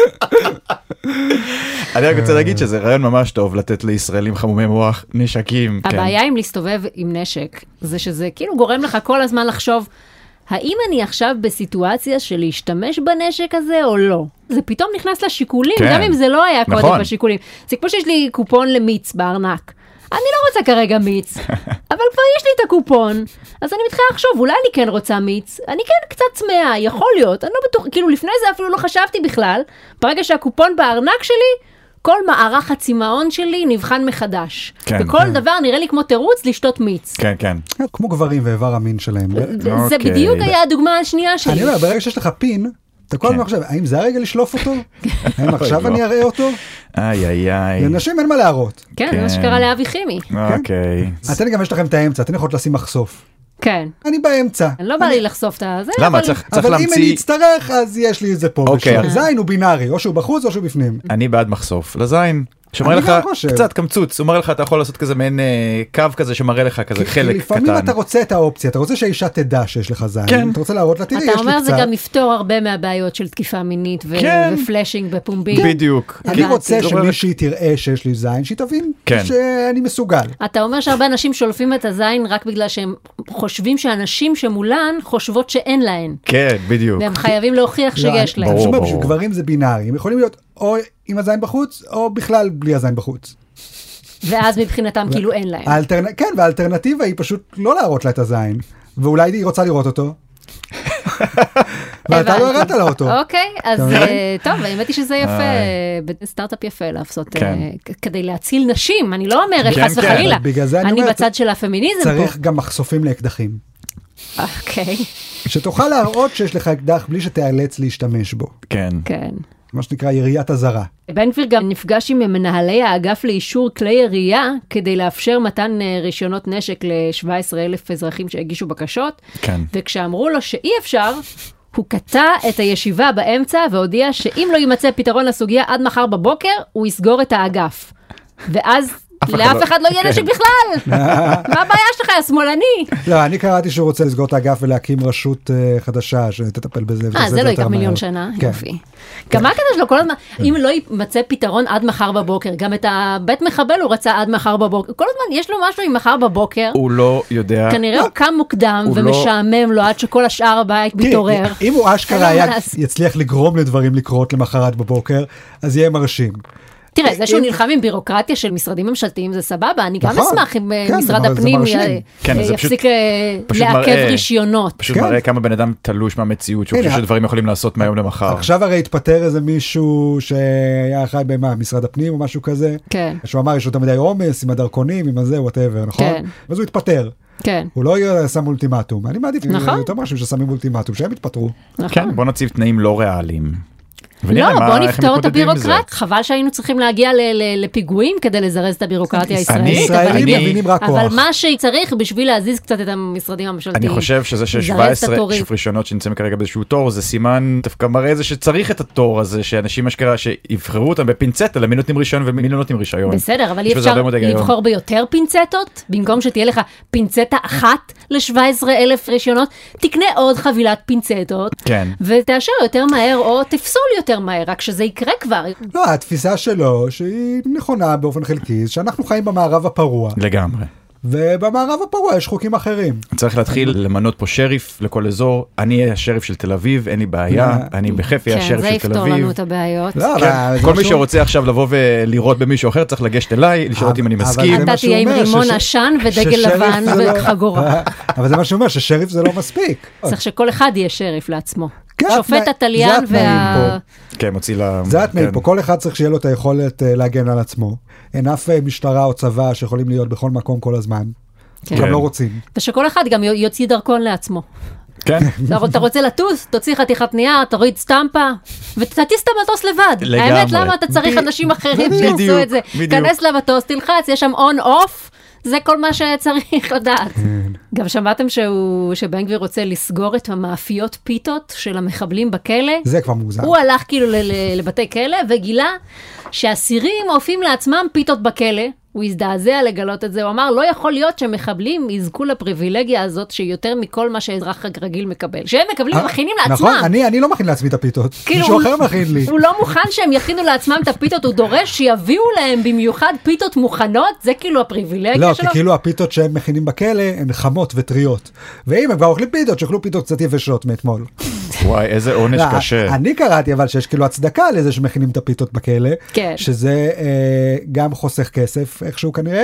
אני רק רוצה להגיד שזה רעיון ממש טוב לתת לישראלים חמומי מוח נשקים. הבעיה עם להסתובב עם נשק, זה שזה כאילו גורם לך כל הזמן לחשוב, האם אני עכשיו בסיטואציה של להשתמש בנשק הזה או לא? זה פתאום נכנס לשיקולים, כן. גם אם זה לא היה נכון. קודם בשיקולים. זה כמו שיש לי קופון למיץ בארנק. אני לא רוצה כרגע מיץ, אבל כבר יש לי את הקופון, אז אני מתחילה לחשוב, אולי אני כן רוצה מיץ, אני כן קצת צמאה, יכול להיות, אני לא בטוח, כאילו לפני זה אפילו לא חשבתי בכלל, ברגע שהקופון בארנק שלי, כל מערך הצמאון שלי נבחן מחדש. כן, וכל כן. דבר נראה לי כמו תירוץ לשתות מיץ. כן, כן. כמו גברים ואיבר המין שלהם. זה אוקיי. בדיוק היה הדוגמה השנייה שלי. אני אומר, ברגע שיש לך פין, אתה כל הזמן חושב, האם זה הרגע לשלוף אותו? האם עכשיו אני אראה אותו? איי, איי, איי. לנשים אין מה להראות. כן, זה מה שקרה לאבי חימי. אוקיי. אתם גם יש לכם את האמצע, אתם יכולים לשים מחשוף. כן. אני באמצע. אני לא בא לי לחשוף את זה. למה? אבל- צריך צריך אבל אם אני להמציא... אצטרך, אז יש לי את זה פה. אוקיי. ושם. זין הוא בינארי, או שהוא בחוץ או שהוא בפנים. אני בעד מחשוף לזין. שמראה אני לך גם חושב. קצת קמצוץ, הוא מראה לך אתה יכול לעשות כזה מעין אה, קו כזה שמראה לך כזה כי חלק לפעמים קטן. אתה רוצה את האופציה, אתה רוצה שהאישה תדע שיש לך זין. כן. אתה רוצה להראות לה, תראי, יש אתה לי אומר זה קצת. גם יפתור הרבה מהבעיות של תקיפה מינית ו- כן. ופלאשינג בפומבי. בדיוק. אני הבנתי. רוצה לא שמישהי תראה שיש לי זין, שהיא תבין כן. שאני מסוגל. אתה אומר שהרבה אנשים שולפים את הזין רק בגלל שהם חושבים שאנשים שמולן חושבות שאין להן. כן, בדיוק. והם חייבים להוכיח לא, שיש אני- להם. אני אומר, ברור. בשביל גברים זה בינארי, הם יכולים להיות או עם הזין בחוץ, או בכלל בלי הזין בחוץ. ואז מבחינתם כאילו אין להם. האלטרנ- כן, והאלטרנטיבה היא פשוט לא להראות לה את הזין, ואולי היא רוצה לראות אותו. ואתה לא הבנתי. הראת לה אותו. אוקיי, אז אתה מבין? אה, טוב, האמת היא שזה יפה, איי. סטארט-אפ יפה לעשות, כן. אה, כ- כדי להציל נשים, אני לא אומרת כן, חס כן. וחלילה, בגלל זה אני אני אומרת, בצד של הפמיניזם צריך פה. גם מחשופים לאקדחים. אוקיי, שתוכל להראות שיש לך אקדח בלי שתיאלץ להשתמש בו. כן. כן. מה שנקרא יריית הזרה. בן גביר גם נפגש עם מנהלי האגף לאישור כלי ירייה, כדי לאפשר מתן רישיונות נשק ל-שבעה עשר אלף אזרחים שהגישו בקשות, כן. וכשאמרו לו שאי אפשר, הוא קטע את הישיבה באמצע, והודיע שאם לא יימצא פתרון לסוגיה עד מחר בבוקר, הוא יסגור את האגף. ואז לאף אחד לא יהיה נשק בכלל. מה הבעיה שלך, השמאלני? לא, אני קראתי שהוא רוצה לסגור את האגף ולהקים רשות חדשה שתטפל בזה. אה, זה לא ייקח מיליון שנה, יופי. גם מה הקטע שלו כל הזמן, אם לא יימצא פתרון עד מחר בבוקר, גם את הבית מחבל הוא רצה עד מחר בבוקר, כל הזמן יש לו משהו עם מחר בבוקר. הוא לא יודע. כנראה הוא קם מוקדם ומשעמם לו עד שכל השאר הבית מתעורר. אם הוא אשכרה יצליח לגרום לדברים לקרות למחרת בבוקר, אז יהיה מרשים. תראה, זה שהוא נלחם עם בירוקרטיה של משרדים ממשלתיים זה סבבה, אני גם אשמח אם משרד הפנים יפסיק לעכב רישיונות. פשוט מראה כמה בן אדם תלוש מהמציאות, שהוא חושב שדברים יכולים לעשות מהיום למחר. עכשיו הרי התפטר איזה מישהו שהיה חי במה, משרד הפנים או משהו כזה, שהוא אמר יש לו תמידי עומס עם הדרכונים, עם הזה, whatever, נכון? ואז הוא התפטר. הוא לא שם אולטימטום, אני מעדיף יותר משהו ששמים אולטימטום, שהם התפטרו. כן, בוא נציב תנאים לא ריאליים. לא, בוא נפתור את הבירוקרט. חבל שהיינו צריכים להגיע לפיגועים כדי לזרז את הבירוקרטיה הישראלית. ישראלים מבינים רק כוח. אבל מה שצריך בשביל להזיז קצת את המשרדים הממשלתיים. אני חושב שזה ש-שבע עשרה רישיונות שנמצאים כרגע באיזשהו תור, זה סימן דווקא מראה זה שצריך את התור הזה, שאנשים אשכרה שיבחרו אותם בפינצטה, למי נותנים רישיון ומי לא נותנים רישיון. בסדר, אבל אי אפשר לבחור ביותר פינצטות, במקום שתהיה לך פינצטה אחת ל-שבעה עשר אלף רישיונות, תקנה עוד חבילת פינצטות, ותאשר יותר מהר או תפסול יותר מהר, רק שזה יקרה כבר. לא, התפיסה שלו, שהיא נכונה באופן חלקי, שאנחנו חיים במערב הפרוע. לגמרי. ובמערב הפרוע יש חוקים אחרים. צריך להתחיל למנות פה שריף לכל אזור. אני אהיה השריף של תל אביב, אין לי בעיה. אני בכיף אהיה השריף של תל אביב. כן, זה יפתור לנו את הבעיות. כל מי שרוצה עכשיו לבוא ולראות במישהו אחר, צריך לגשת אליי, לשאול אותי אם אני מסכים. אתה תהיה עם רימון עשן ודגל לבן וחגורה. אבל זה מה שאומר, ששריף זה לא מספיק. צריך שכל אחד יהיה שריף לעצמו. שופט התליין וה... כן, מוציא לה... זה התנאים פה, כל אחד צריך שיהיה לו את היכולת להגן על עצמו. אין אף משטרה או צבא שיכולים להיות בכל מקום כל הזמן. גם לא רוצים. ושכל אחד גם יוציא דרכון לעצמו. כן. אתה רוצה לטוס, תוציא חתיכת נייר, תוריד סטמפה, ותטיס את המטוס לבד. האמת, למה אתה צריך אנשים אחרים שיעשו את זה? כנס למטוס, תלחץ, יש שם און-אוף, זה כל מה שצריך לדעת. גם שמעתם שהוא, שבן גביר רוצה לסגור את המאפיות פיתות של המחבלים בכלא. זה כבר מוזר. הוא הלך כאילו לבתי כלא וגילה שהאסירים אופים לעצמם פיתות בכלא. הוא הזדעזע לגלות את זה, הוא אמר, לא יכול להיות שמחבלים יזכו לפריבילגיה הזאת שיותר מכל מה שאזרח רגיל מקבל. שהם מקבלים, מכינים לעצמם. נכון, אני, אני לא מכין לעצמי את הפיתות. מישהו אחר מכין לי. הוא לא מוכן שהם יכינו לעצמם את הפיתות, הוא דורש שיביאו להם במיוחד פיתות מוכנות, זה כאילו הפריבילגיה שלו. לא, כי כאילו הפיתות שהם מכינים בכלא הן חמות וטריות. ואם הם כבר אוכלים פיתות, שאוכלו פיתות קצת יבשות מאתמול. וואי, איזה עונש קשה. אני קראתי אבל שיש כאילו הצדקה לזה שמכינים את הפיתות בכלא, שזה גם חוסך כסף איכשהו כנראה,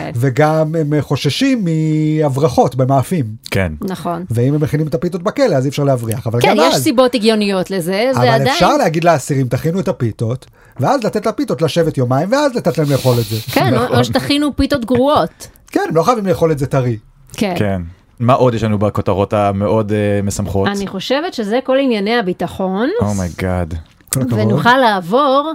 וגם הם חוששים מהברחות במאפים. כן. נכון. ואם הם מכינים את הפיתות בכלא, אז אי אפשר להבריח. כן, יש סיבות הגיוניות לזה, אבל אפשר להגיד לאסירים, תכינו את הפיתות, ואז לתת לפיתות לשבת יומיים, ואז לתת להם לאכול את זה. כן, או שתכינו פיתות גרועות. כן, הם לא חייבים לאכול את זה טרי. כן. מה עוד יש לנו בכותרות המאוד משמחות? אני חושבת שזה כל ענייני הביטחון. אומייגאד. ונוכל לעבור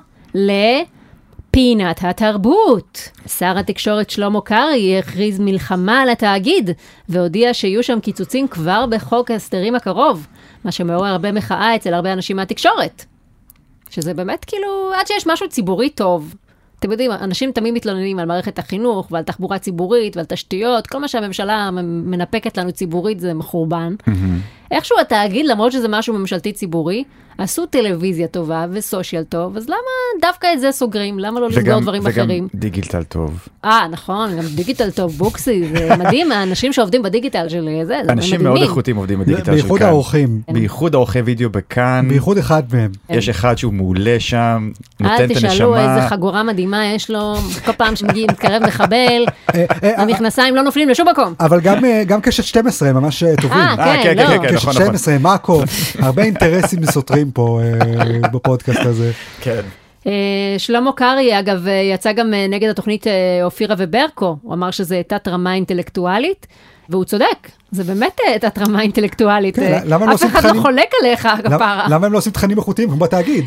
לפינת התרבות. שר התקשורת שלמה קרעי הכריז מלחמה על התאגיד, והודיע שיהיו שם קיצוצים כבר בחוק ההסדרים הקרוב, מה שמעורר הרבה מחאה אצל הרבה אנשים מהתקשורת. שזה באמת כאילו, עד שיש משהו ציבורי טוב. אתם יודעים, אנשים תמיד מתלוננים על מערכת החינוך ועל תחבורה ציבורית ועל תשתיות, כל מה שהממשלה מנפקת לנו ציבורית זה מחורבן. איכשהו התאגיד, למרות שזה משהו ממשלתי ציבורי, עשו טלוויזיה טובה וסושיאל טוב, אז למה דווקא את זה סוגרים? למה לא לסגור דברים אחרים? וגם דיגיטל טוב. אה, נכון, גם דיגיטל טוב, בוקסי, זה מדהים, האנשים שעובדים בדיגיטל של זה, זה מדהימים. אנשים מאוד איכותיים עובדים בדיגיטל של כאן. בייחוד האורחים. בייחוד האורחי וידאו בכאן. בייחוד אחד מהם. יש אחד שהוא מעולה שם, נותן את הנשמה. אל תשאלו איזה חגורה מדהימה יש לו, כל פעם שמתקרב מחבל, המכנסיים לא נופלים לשום מקום. אבל גם קשת שתים עשרה ממש טובים. אה, כן, לא. קשת שתים עשרה, מאקו, הרבה אינטרסים מסותרים פה בפודקאסט הזה. כן. שלמה קרעי, אגב, יצא גם נגד התוכנית אופירה וברקו, הוא אמר שזה תת רמה אינטלקטואלית, והוא צודק, זה באמת תת-רמה אינטלקטואלית, כן, למה אף אחד לא חולק עליך, כפרה. למה הם לא עושים תכנים איכותיים כמו בתאגיד?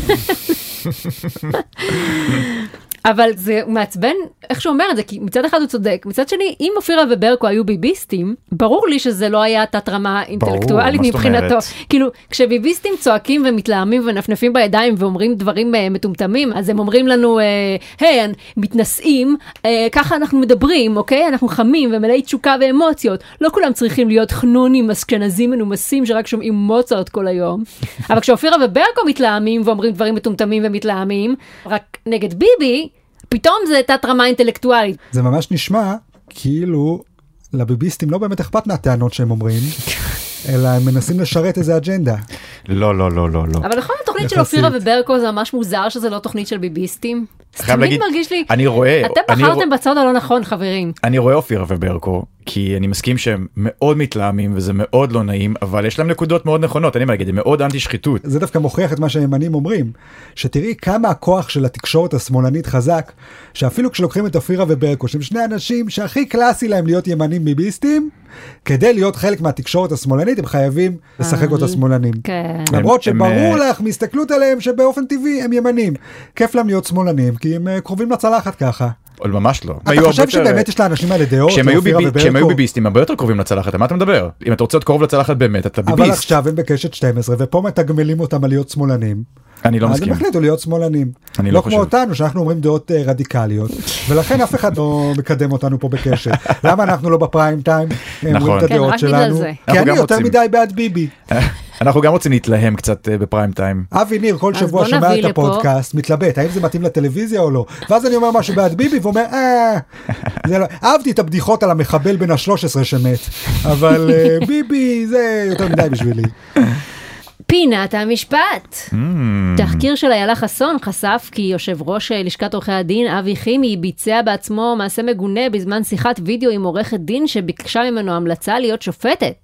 אבל זה מעצבן, איך שהוא אומר את זה, כי מצד אחד הוא צודק, מצד שני, אם אופירה וברקו היו ביביסטים, ברור לי שזה לא היה תת-רמה אינטלקטואלית מבחינתו. כאילו, כשביביסטים צועקים ומתלהמים ונפנפים בידיים ואומרים דברים מטומטמים, אז הם אומרים לנו, היי, מתנשאים, ככה אנחנו מדברים, אוקיי? אנחנו חמים ומלאי תשוקה ואמוציות. לא כולם צריכים להיות חנונים, אשכנזים מנומסים שרק שומעים מוצרט כל היום. אבל כשאופירה וברקו מתלהמים ואומרים דברים מטומטמים ומתלהמים, רק נגד ביבי, פתאום זה תת-רמה אינטלקטואלית. זה ממש נשמע כאילו לביביסטים לא באמת אכפת מהטענות שהם אומרים, אלא הם מנסים לשרת איזה אג'נדה. לא, לא, לא, לא, לא. אבל נכון, התוכנית של אופירה וברקו זה ממש מוזר שזה לא תוכנית של ביביסטים. חייב להגיד, מרגיש לי, אני רואה, אתם בחרתם בצד הלא נכון, חברים. אני רואה אופירה וברקו, כי אני מסכים שהם מאוד מתלהמים, וזה מאוד לא נעים, אבל יש להם נקודות מאוד נכונות, אני מגיד, הם מאוד אנטי שחיתות. זה דווקא מוכיח את מה שהימנים אומרים, שתראי כמה הכוח של התקשורת השמאלנית חזק, שאפילו כשלוקחים את אופירה וברקו, שהם שני אנשים שהכי קלאסי להם להיות ימנים ביביסטים, כדי להיות חלק מהתקשורת השמאלנית, הם חייבים לשחק אותה שמאלנים. למרות שברור לך, מסתכלות עליהם שבאופן טבעי הם ימנים. כיף להם להיות שמאלנים, כי הם קרובים לצלחת ככה. ממש לא. אתה חושב שבאמת יש לאנשים האלה דעות? כשהם היו ביביסטים, הרבה יותר קרובים לצלחת, מה אתה מדבר? אם אתה רוצה להיות קרוב לצלחת באמת, אתה ביביסט. אבל עכשיו הם בקשת שתים עשרה, ופה מתגמלים אותם על להיות שמאלנים. אני לא מסכים. אז הם החליטו להיות שמאלנים. לא כמו אותנו, שאנחנו אומרים דעות רדיקליות, ולכן אף אחד לא מקדם אותנו פה בקשת. למה אנחנו לא בפריים טיים? אומרים את הדעות שלנו. כי אני יותר מדי בעד ביבי. אנחנו גם רוצים להתלהם קצת בפריים טיים. אבי ניר כל שבוע שומע את הפודקאסט, מתלבט, האם זה מתאים לטלוויזיה או לא. ואז אני אומר משהו בעד ביבי, ואומר, אה, אהבתי את הבדיחות על המחבל בין ה-שלוש עשרה שמת, אבל ביבי זה יותר מדי בשבילי. פינת המשפט. תחקיר של איילה חסון חשף כי יושב ראש לשכת עורכי הדין אבי חימי ביצע בעצמו מעשה מגונה בזמן שיחת וידאו עם עורכת דין שביקשה ממנו המלצה להיות שופטת.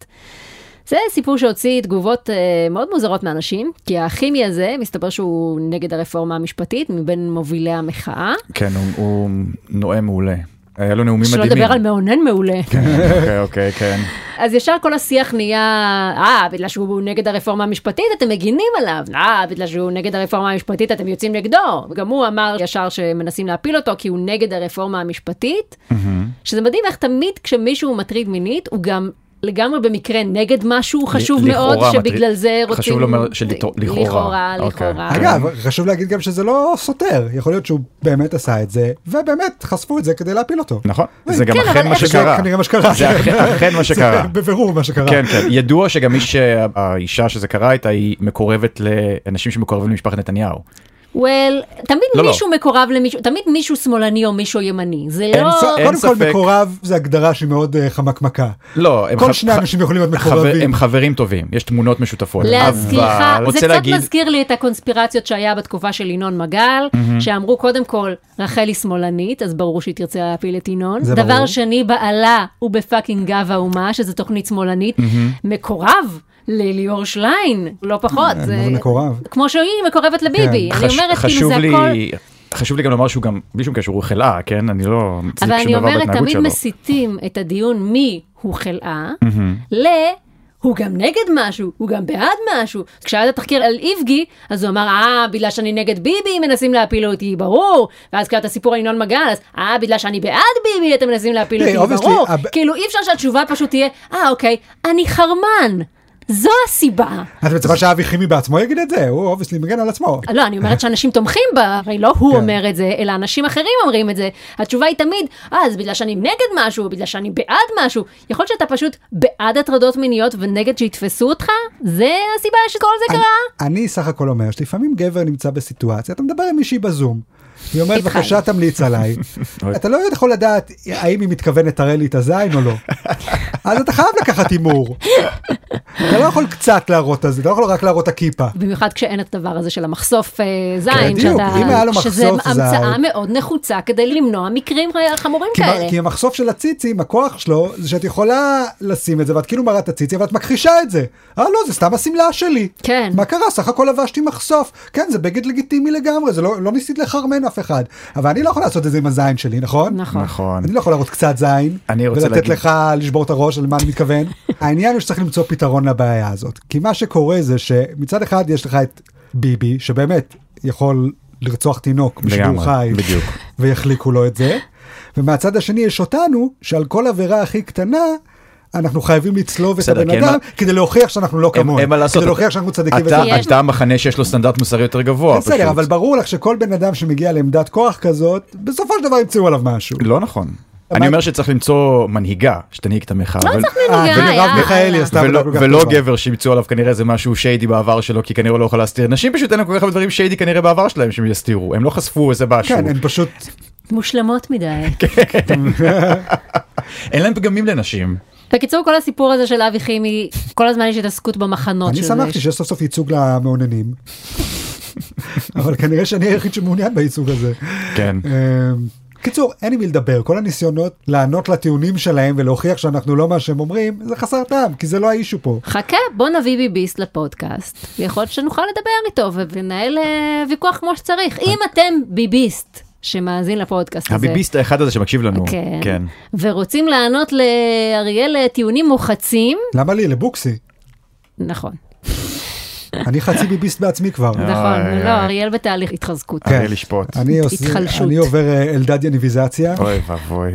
זה סיפור שהוציא תגובות uh, מאוד מוזרות מאנשים, כי הכימי הזה מסתבר שהוא נגד הרפורמה המשפטית מבין מובילי המחאה. כן, הוא, הוא נואם מעולה. היה לו נאומים מדהימים. שלא לדבר על מעונן מעולה. אוקיי, אוקיי, כן. אז ישר כל השיח נהיה, אה, בגלל שהוא נגד הרפורמה המשפטית, אתם מגינים עליו. אה, בגלל שהוא נגד הרפורמה המשפטית, אתם יוצאים נגדו. וגם הוא אמר ישר שמנסים להפיל אותו, כי הוא נגד הרפורמה המשפטית. שזה מדהים איך תמיד כשמישהו מטריד מינית, הוא גם לגמרי במקרה נגד משהו חשוב מאוד, שבגלל זה רוצים... חשוב לומר שלכאורה. לכאורה, לכאורה. אגב, חשוב להגיד גם שזה לא סותר. יכול להיות שהוא באמת עשה את זה, ובאמת חשפו את זה כדי להפיל אותו. נכון. זה גם אכן מה שקרה. זה כנראה מה שקרה. זה אכן מה שקרה. זה בבירור מה שקרה. כן, כן. ידוע שגם מי שהאישה שזה קרה איתה, היא מקורבת לאנשים שמקורבים למשפחת נתניהו. well, תמיד לא, מישהו לא. מקורב למישהו, תמיד מישהו שמאלני או מישהו ימני. זה אין, לא... קודם כל ספק. מקורב זה הגדרה שהיא מאוד uh, חמקמקה. לא, כל ח... שני ח... אנשים יכולים להיות מקורבים. חבר, הם חברים טובים, יש תמונות משותפות. להזכירך, אבל... זה קצת להגיד... מזכיר לי את הקונספירציות שהיה בתקופה של ינון מגל, mm-hmm. שאמרו קודם כל, רחל היא שמאלנית, אז ברור שהיא תרצה להפיל את ינון. דבר ברור. שני, בעלה הוא בפאקינג גב האומה, שזה תוכנית שמאלנית, mm-hmm. מקורב. לליאור שליין, לא פחות. זה מקורב. כמו שהיא מקורבת לביבי. אני אומרת, כאילו זה הכל... חשוב לי גם לומר שהוא גם, בלי שום קשר, הוא חלאה, כן? אני לא... אבל אני אומרת, תמיד מסיתים את הדיון מי הוא חלאה, ל... הוא גם נגד משהו, הוא גם בעד משהו. כשהיה התחקיר על איבגי, אז הוא אמר, אה, בגלל שאני נגד ביבי, מנסים להפיל אותי, ברור. ואז כשהיה את הסיפור על ינון מגל, אז, אה, בגלל שאני בעד ביבי, אתם מנסים להפיל אותי, ברור. כאילו, אי אפשר שהתשובה פשוט תהיה, אה, אוקיי, אני חרמן. זו הסיבה. את מצפה שאבי חימי בעצמו יגיד את זה? הוא אובייסלי מגן על עצמו. לא, אני אומרת שאנשים תומכים בה, הרי לא הוא אומר את זה, אלא אנשים אחרים אומרים את זה. התשובה היא תמיד, אה, אז בגלל שאני נגד משהו, בגלל שאני בעד משהו. יכול להיות שאתה פשוט בעד הטרדות מיניות ונגד שיתפסו אותך? זה הסיבה שכל זה קרה? אני סך הכל אומר שלפעמים גבר נמצא בסיטואציה, אתה מדבר עם מישהי בזום, היא אומרת, בבקשה תמליץ עליי. אתה לא יכול לדעת האם היא מתכוונת תראה לי את הזין או לא. אז אתה חייב לקחת אימור. אתה לא יכול קצת להראות את זה, אתה לא יכול רק להראות את הכיפה. במיוחד כשאין את הדבר הזה של המחשוף זין, שזה המצאה מאוד נחוצה כדי למנוע מקרים חמורים כאלה. כי המחשוף של הציצים, הכוח שלו, זה שאת יכולה לשים את זה, ואת כאילו מראה את הציצי, ואת מכחישה את זה. אה, לא, זה סתם הסמלה שלי. כן. מה קרה? סך הכל לבשתי מחשוף. כן, זה בגד לגיטימי לגמרי, זה לא ניסית לחרמן אף אף אחד. אבל אני לא יכול לעשות את זה עם הזין שלי, נכון? נכון. נכון. אני לא יכול להראות קצת זין, ולתת להגיד... לך לשבור את הראש על מה אני מתכוון. העניין הוא שצריך למצוא פתרון לבעיה הזאת. כי מה שקורה זה שמצד אחד יש לך את ביבי, שבאמת יכול לרצוח תינוק בשידור חי, ויחליקו לו את זה. ומהצד השני יש אותנו, שעל כל עבירה הכי קטנה, אנחנו חייבים לצלוב את הבן אדם, כדי להוכיח שאנחנו לא כמוהם. כדי להוכיח שאנחנו צדיקים. אתה המחנה שיש לו סטנדרט מוסרי יותר גבוה. בסדר, אבל ברור לך שכל בן אדם שמגיע לעמדת כוח כזאת, בסופו של דבר ימצאו עליו משהו. לא נכון. אני אומר שצריך למצוא מנהיגה שתנהיג את המחאה. לא צריך מנהיגה. ולא גבר שימצאו עליו כנראה זה משהו שיידי בעבר שלו, כי כנראה הוא לא יכול להסתיר. נשים פשוט אין כל כך הרבה דברים שיידי כנראה בעבר שלהם שהם יסתירו. הם לא חשפו איזה משהו. כן, הם פשוט... מושלמות מדי. אין להם פגמים לנשים. בקיצור, כל הסיפור הזה של אבי חימי, כל הזמן יש התעסקות במחנות. אני שמחתי שיש סוף סוף ייצוג למעוננים. אבל כנראה שאני היחיד שמעוניין בייצוג הזה. כן. קיצור, אין עם מי לדבר. כל הניסיונות לענות לטיעונים שלהם ולהוכיח שאנחנו לא מה שהם אומרים, זה חסר טעם, כי זה לא האישו פה. חכה, בוא נביא ביביסט לפודקאסט. יכול להיות שנוכל לדבר איתו וננהל ויכוח כמו שצריך. אם אתם ביביסט שמאזין לפודקאסט הזה. הביביסט האחד הזה שמקשיב לנו. כן. כן. ורוצים לענות לאריאל טיעונים מוחצים. למה לי? לבוקסי. נכון. אני חצי ביביסט בעצמי כבר. נכון, לא, אריאל בתהליך התחזקות. אריאל לשפוט. התחלשות. אני עובר אלדד יניביזציה. אוי ואבוי.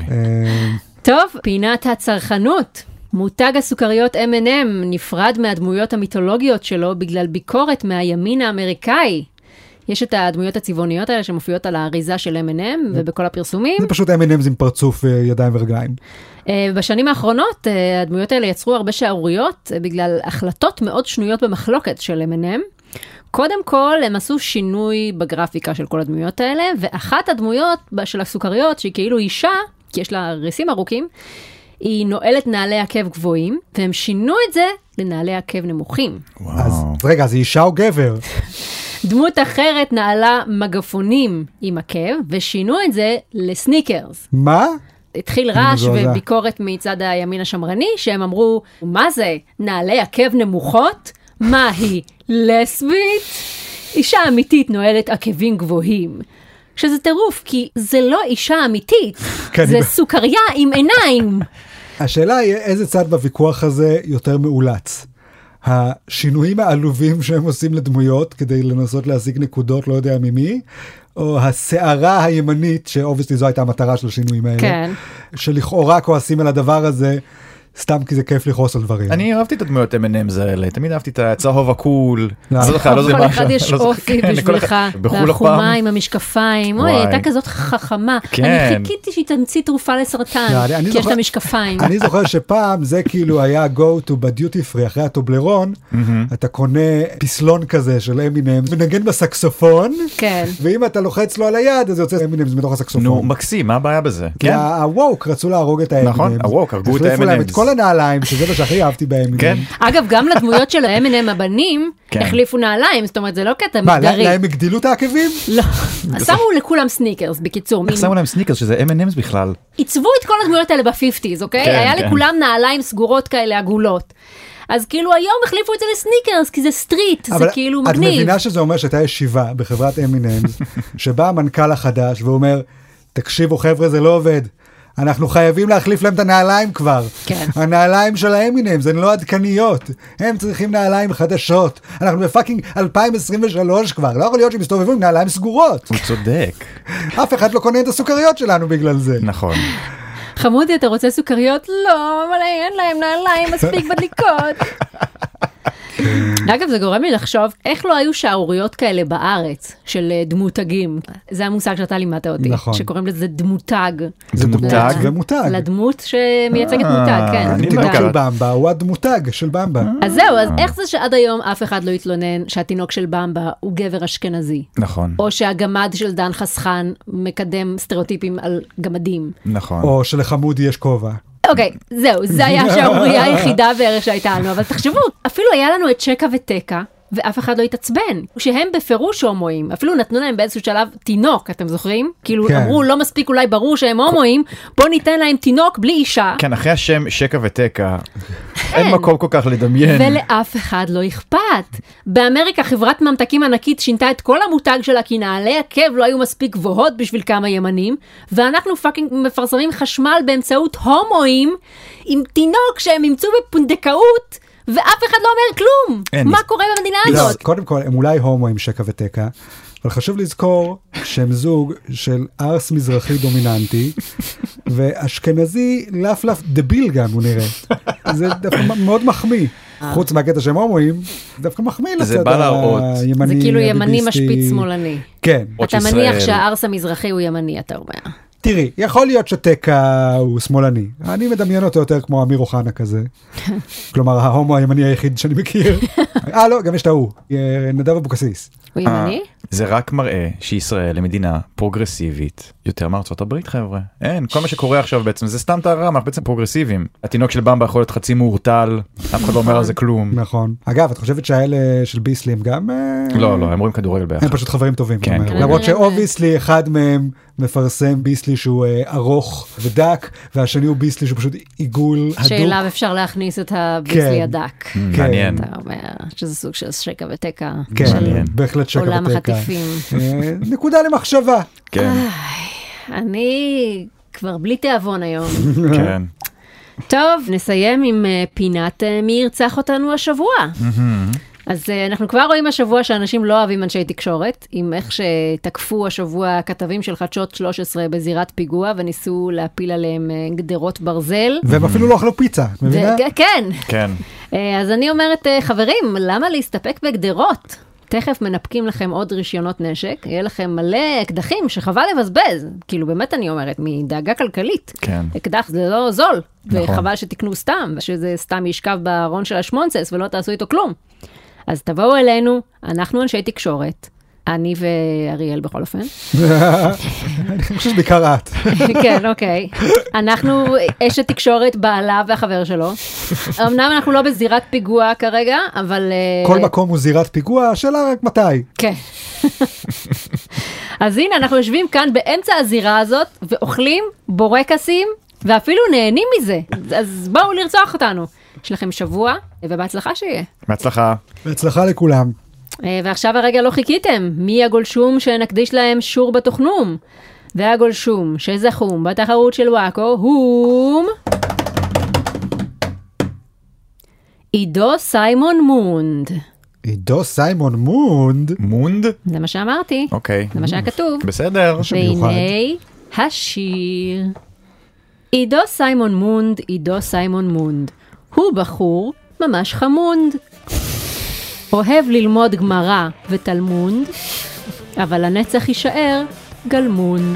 טוב, פינת הצרכנות. מותג הסוכריות אם אנד אם נפרד מהדמויות המיתולוגיות שלו בגלל ביקורת מהימין האמריקאי. יש את הדמויות הצבעוניות האלה שמופיעות על האריזה של אם אנד אם ובכל הפרסומים. זה פשוט אם אנד אם עם פרצוף ידיים ורגליים. בשנים האחרונות הדמויות האלה יצרו הרבה שערוריות בגלל החלטות מאוד שנויות במחלוקת של אם אנד אם. קודם כל הם עשו שינוי בגרפיקה של כל הדמויות האלה, ואחת הדמויות של הסוכריות שהיא כאילו אישה, כי יש לה ריסים ארוכים, היא נועלת נעלי עקב גבוהים, והם שינו את זה לנעלי עקב נמוכים. אז רגע, זה אישה או גבר? דמות אחרת נעלה מגפונים עם עקב, ושינו את זה לסניקרס. מה? התחיל רעש וביקורת מצד הימין השמרני, שהם אמרו, מה זה? נעלי עקב נמוכות? מה היא? לסבית? אישה אמיתית נועלת עקבים גבוהים. שזה טירוף, כי זה לא אישה אמיתית, זה סוכריה עם עיניים. השאלה היא איזה צד בוויכוח הזה יותר מאולץ. השינויים העלובים שהם עושים לדמויות כדי לנסות להשיג נקודות, לא יודע ממי, או השערה הימנית, שאובייסטי זו הייתה המטרה של השינויים האלה, כן. שלכאורה כועסים על הדבר הזה, סתם כי זה כיף לכעוס על דברים. אני אהבתי את הדמויות אם אנד אם האלה, תמיד אהבתי את הצהוב הקול. כל אחד יש אופי בשבילך, והחומה עם המשקפיים, אוי, הייתה כזאת חכמה. אני חיכיתי שהיא תמציא תרופה לסרטן, כי יש לה משקפיים. אני זוכר שפעם זה כאילו היה go to בדיוטי פרי, אחרי הטובלרון, אתה קונה פסלון כזה של אם אנד אם, ונגן בסקסופון, ואם אתה לוחץ לו על היד, אז יוצא אם אנד אם מתוך הסקסופון. נו, מקסים, מה הבעיה בזה? כי הווק רצו להרוג את ה-אם אנד אם. נכון, הווק, הרגו את ה-אם אנד אם. כל הנעליים, שזה מה שהכי אהבתי בהם. כן. אגב, גם לדמויות של ה-אם אנד אם הבנים, החליפו נעליים, זאת אומרת, זה לא קטע מגדרי. מה, להם הגדילו את העקבים? לא. שמו לכולם סניקרס, בקיצור. איך שמו להם סניקרס, שזה אם אנד אם בכלל? עיצבו את כל הדמויות האלה ב-חמישים, אוקיי? היה לכולם נעליים סגורות כאלה, עגולות. אז כאילו היום החליפו את זה לסניקרס, כי זה סטריט, זה כאילו מגניב. את מבינה שזה אומר שהייתה ישיבה בחברת אם אנד אם, שבא המנכ"ל החדש ואומר, תקשיבו חבר'ה, זה לא עובד. אנחנו חייבים להחליף להם את הנעליים כבר. כן. הנעליים של ה-אם אנד אם, זה לא עדכניות. הם צריכים נעליים חדשות. אנחנו בפאקינג אלפיים עשרים ושלוש כבר. לא יכול להיות שהם מסתובבו עם נעליים סגורות. הוא צודק. אף אחד לא קונה את הסוכריות שלנו בגלל זה. נכון. חמודי, אתה רוצה סוכריות? לא, אבל אין להם נעליים מספיק מדליקות. אגב, זה גורם לי לחשוב איך לא היו שערוריות כאלה בארץ של דמותגים. זה המושג שאתה לימדת אותי, נכון. שקוראים לזה דמותג. זה מותג ומותג. לדמות שמייצגת מותג, כן. התינוק של במבה הוא הדמותג של במבה. אז זהו, אז איך זה שעד היום אף אחד לא יתלונן שהתינוק של במבה הוא גבר אשכנזי? נכון. או שהגמד של דן חסכן מקדם סטריאוטיפים על גמדים. נכון. או שלחמודי יש כובע. אוקיי, זהו, זה היה השערוריה היחידה בערך שהייתה לנו, אבל תחשבו, אפילו היה לנו את שקה וטקה, ואף אחד לא התעצבן. שהם בפירוש הומואים, אפילו נתנו להם באיזשהו שלב תינוק, אתם זוכרים? כאילו כן. אמרו, לא מספיק אולי ברור שהם הומואים, בוא ניתן להם תינוק בלי אישה. כן, אחרי השם שקע ותקע, אין מקום כל כך לדמיין. ולאף אחד לא אכפת. באמריקה חברת ממתקים ענקית שינתה את כל המותג שלה, כי נעלי עקב לא היו מספיק גבוהות בשביל כמה ימנים, ואנחנו פאקינג מפרסמים חשמל באמצעות הומואים, עם תינוק שהם ימצאו בפונדקאות, ואף אחד לא אומר כלום. מה קורה במדינה הזאת? קודם כל, הם אולי הומואים שקע ותקע, אבל חשוב לזכור שהם זוג של ארס מזרחי דומיננטי, ואשכנזי לפ לפ דביל גם, הוא נראה. זה דווקא מאוד מחמיא. חוץ מהקטע שהם הומואים, דווקא מחמיא לצד הימני. זה כאילו ימני משפיץ שמאלני. כן. אתה מניח שהארס המזרחי הוא ימני, אתה אומר. תראי, יכול להיות שתקע הוא שמאלני. אני מדמיין אותו יותר כמו אמיר אוחנה כזה. כלומר, ההומו הימני היחיד שאני מכיר. אה, לא, גם יש את ההוא. נדב אבוקסיס. הוא ימני? זה רק מראה שישראל היא מדינה פרוגרסיבית יותר מארצות הברית, חבר'ה. אין, כל מה שקורה עכשיו בעצם זה סתם טהרה, אנחנו בעצם פרוגרסיביים. התינוק של במבה יכול להיות חצי מאורטל, אף אחד לא אומר על זה כלום. נכון. אגב, את חושבת שהאלה של ביסלי הם גם... לא, לא, הם רואים כדורגל ביחד. הם פשוט חברים טובים. כן. למרות שאובייסלי אחד מהם מפרסם ביסלי שהוא ארוך ודק, והשני הוא ביסלי שהוא פשוט עיגול הדוק. שאליו אפשר להכניס את הביסלי הדק. מעניין. אתה אומר שזה סוג של שקע ותקע. כן, בהחלט שקע ותקע. עולם החטיפים. נקודה למחשבה. כן. אני כבר בלי תיאבון היום. כן. טוב, נסיים עם פינת מי ירצח אותנו השבוע. אז אנחנו כבר רואים השבוע שאנשים לא אוהבים אנשי תקשורת, עם איך שתקפו השבוע כתבים של חדשות שלוש עשרה בזירת פיגוע, וניסו להפיל עליהם גדרות ברזל. והם אפילו לא אכלו פיצה, מבינה? כן. כן. אז אני אומרת, חברים, למה להסתפק בגדרות? תכף מנפקים לכם עוד רישיונות נשק, יהיה לכם מלא אקדחים שחבל לבזבז. כאילו באמת אני אומרת, מדאגה כלכלית. כן. אקדח זה לא זול, נכון. וחבל שתקנו סתם, ושזה סתם ישכב בארון של השמונצס ולא תעשו איתו כלום. אז תבואו אלינו, אנחנו אנשי תקשורת, אני ואריאל בכל אופן. אני חושב בעיקר את. כן, אוקיי. אנחנו אשת תקשורת, בעלה והחבר שלו. אמנם אנחנו לא בזירת פיגוע כרגע, אבל... כל מקום הוא זירת פיגוע, השאלה רק מתי. כן. אז הנה, אנחנו יושבים כאן באמצע הזירה הזאת, ואוכלים בורקסים, ואפילו נהנים מזה. אז בואו לרצוח אותנו. יש לכם שבוע, ובהצלחה שיהיה. בהצלחה. בהצלחה לכולם. ועכשיו הרגע לא חיכיתם. מי הגולשום שנקדיש להם שור בתוכנום? והגולשום שזכום בתחרות של וואקו הוא... עידו סיימון מונד. עידו סיימון מונד? מונד? זה מה שאמרתי. אוקיי. זה מה שהיה כתוב. בסדר. והנה השיר. עידו סיימון מונד, עידו סיימון מונד. הוא בחור ממש חמונד. אוהב ללמוד גמרא ותלמונד, אבל הנצח יישאר גלמונד.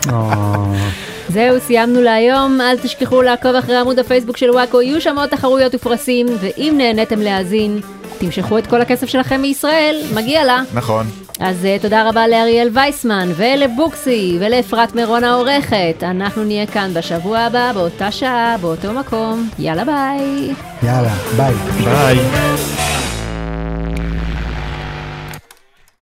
זהו, סיימנו להיום. אל תשכחו לעקוב אחרי עמוד הפייסבוק של וואקו, יהיו שם עוד תחרויות ופרסים, ואם נהניתם להאזין, תמשכו את כל הכסף שלכם מישראל, מגיע לה. נכון. אז תודה רבה לאריאל וייסמן ולבוקסי ולאפרת מירון העורכת. אנחנו נהיה כאן בשבוע הבא, באותה שעה, באותו מקום. יאללה ביי. יאללה, ביי. ביי.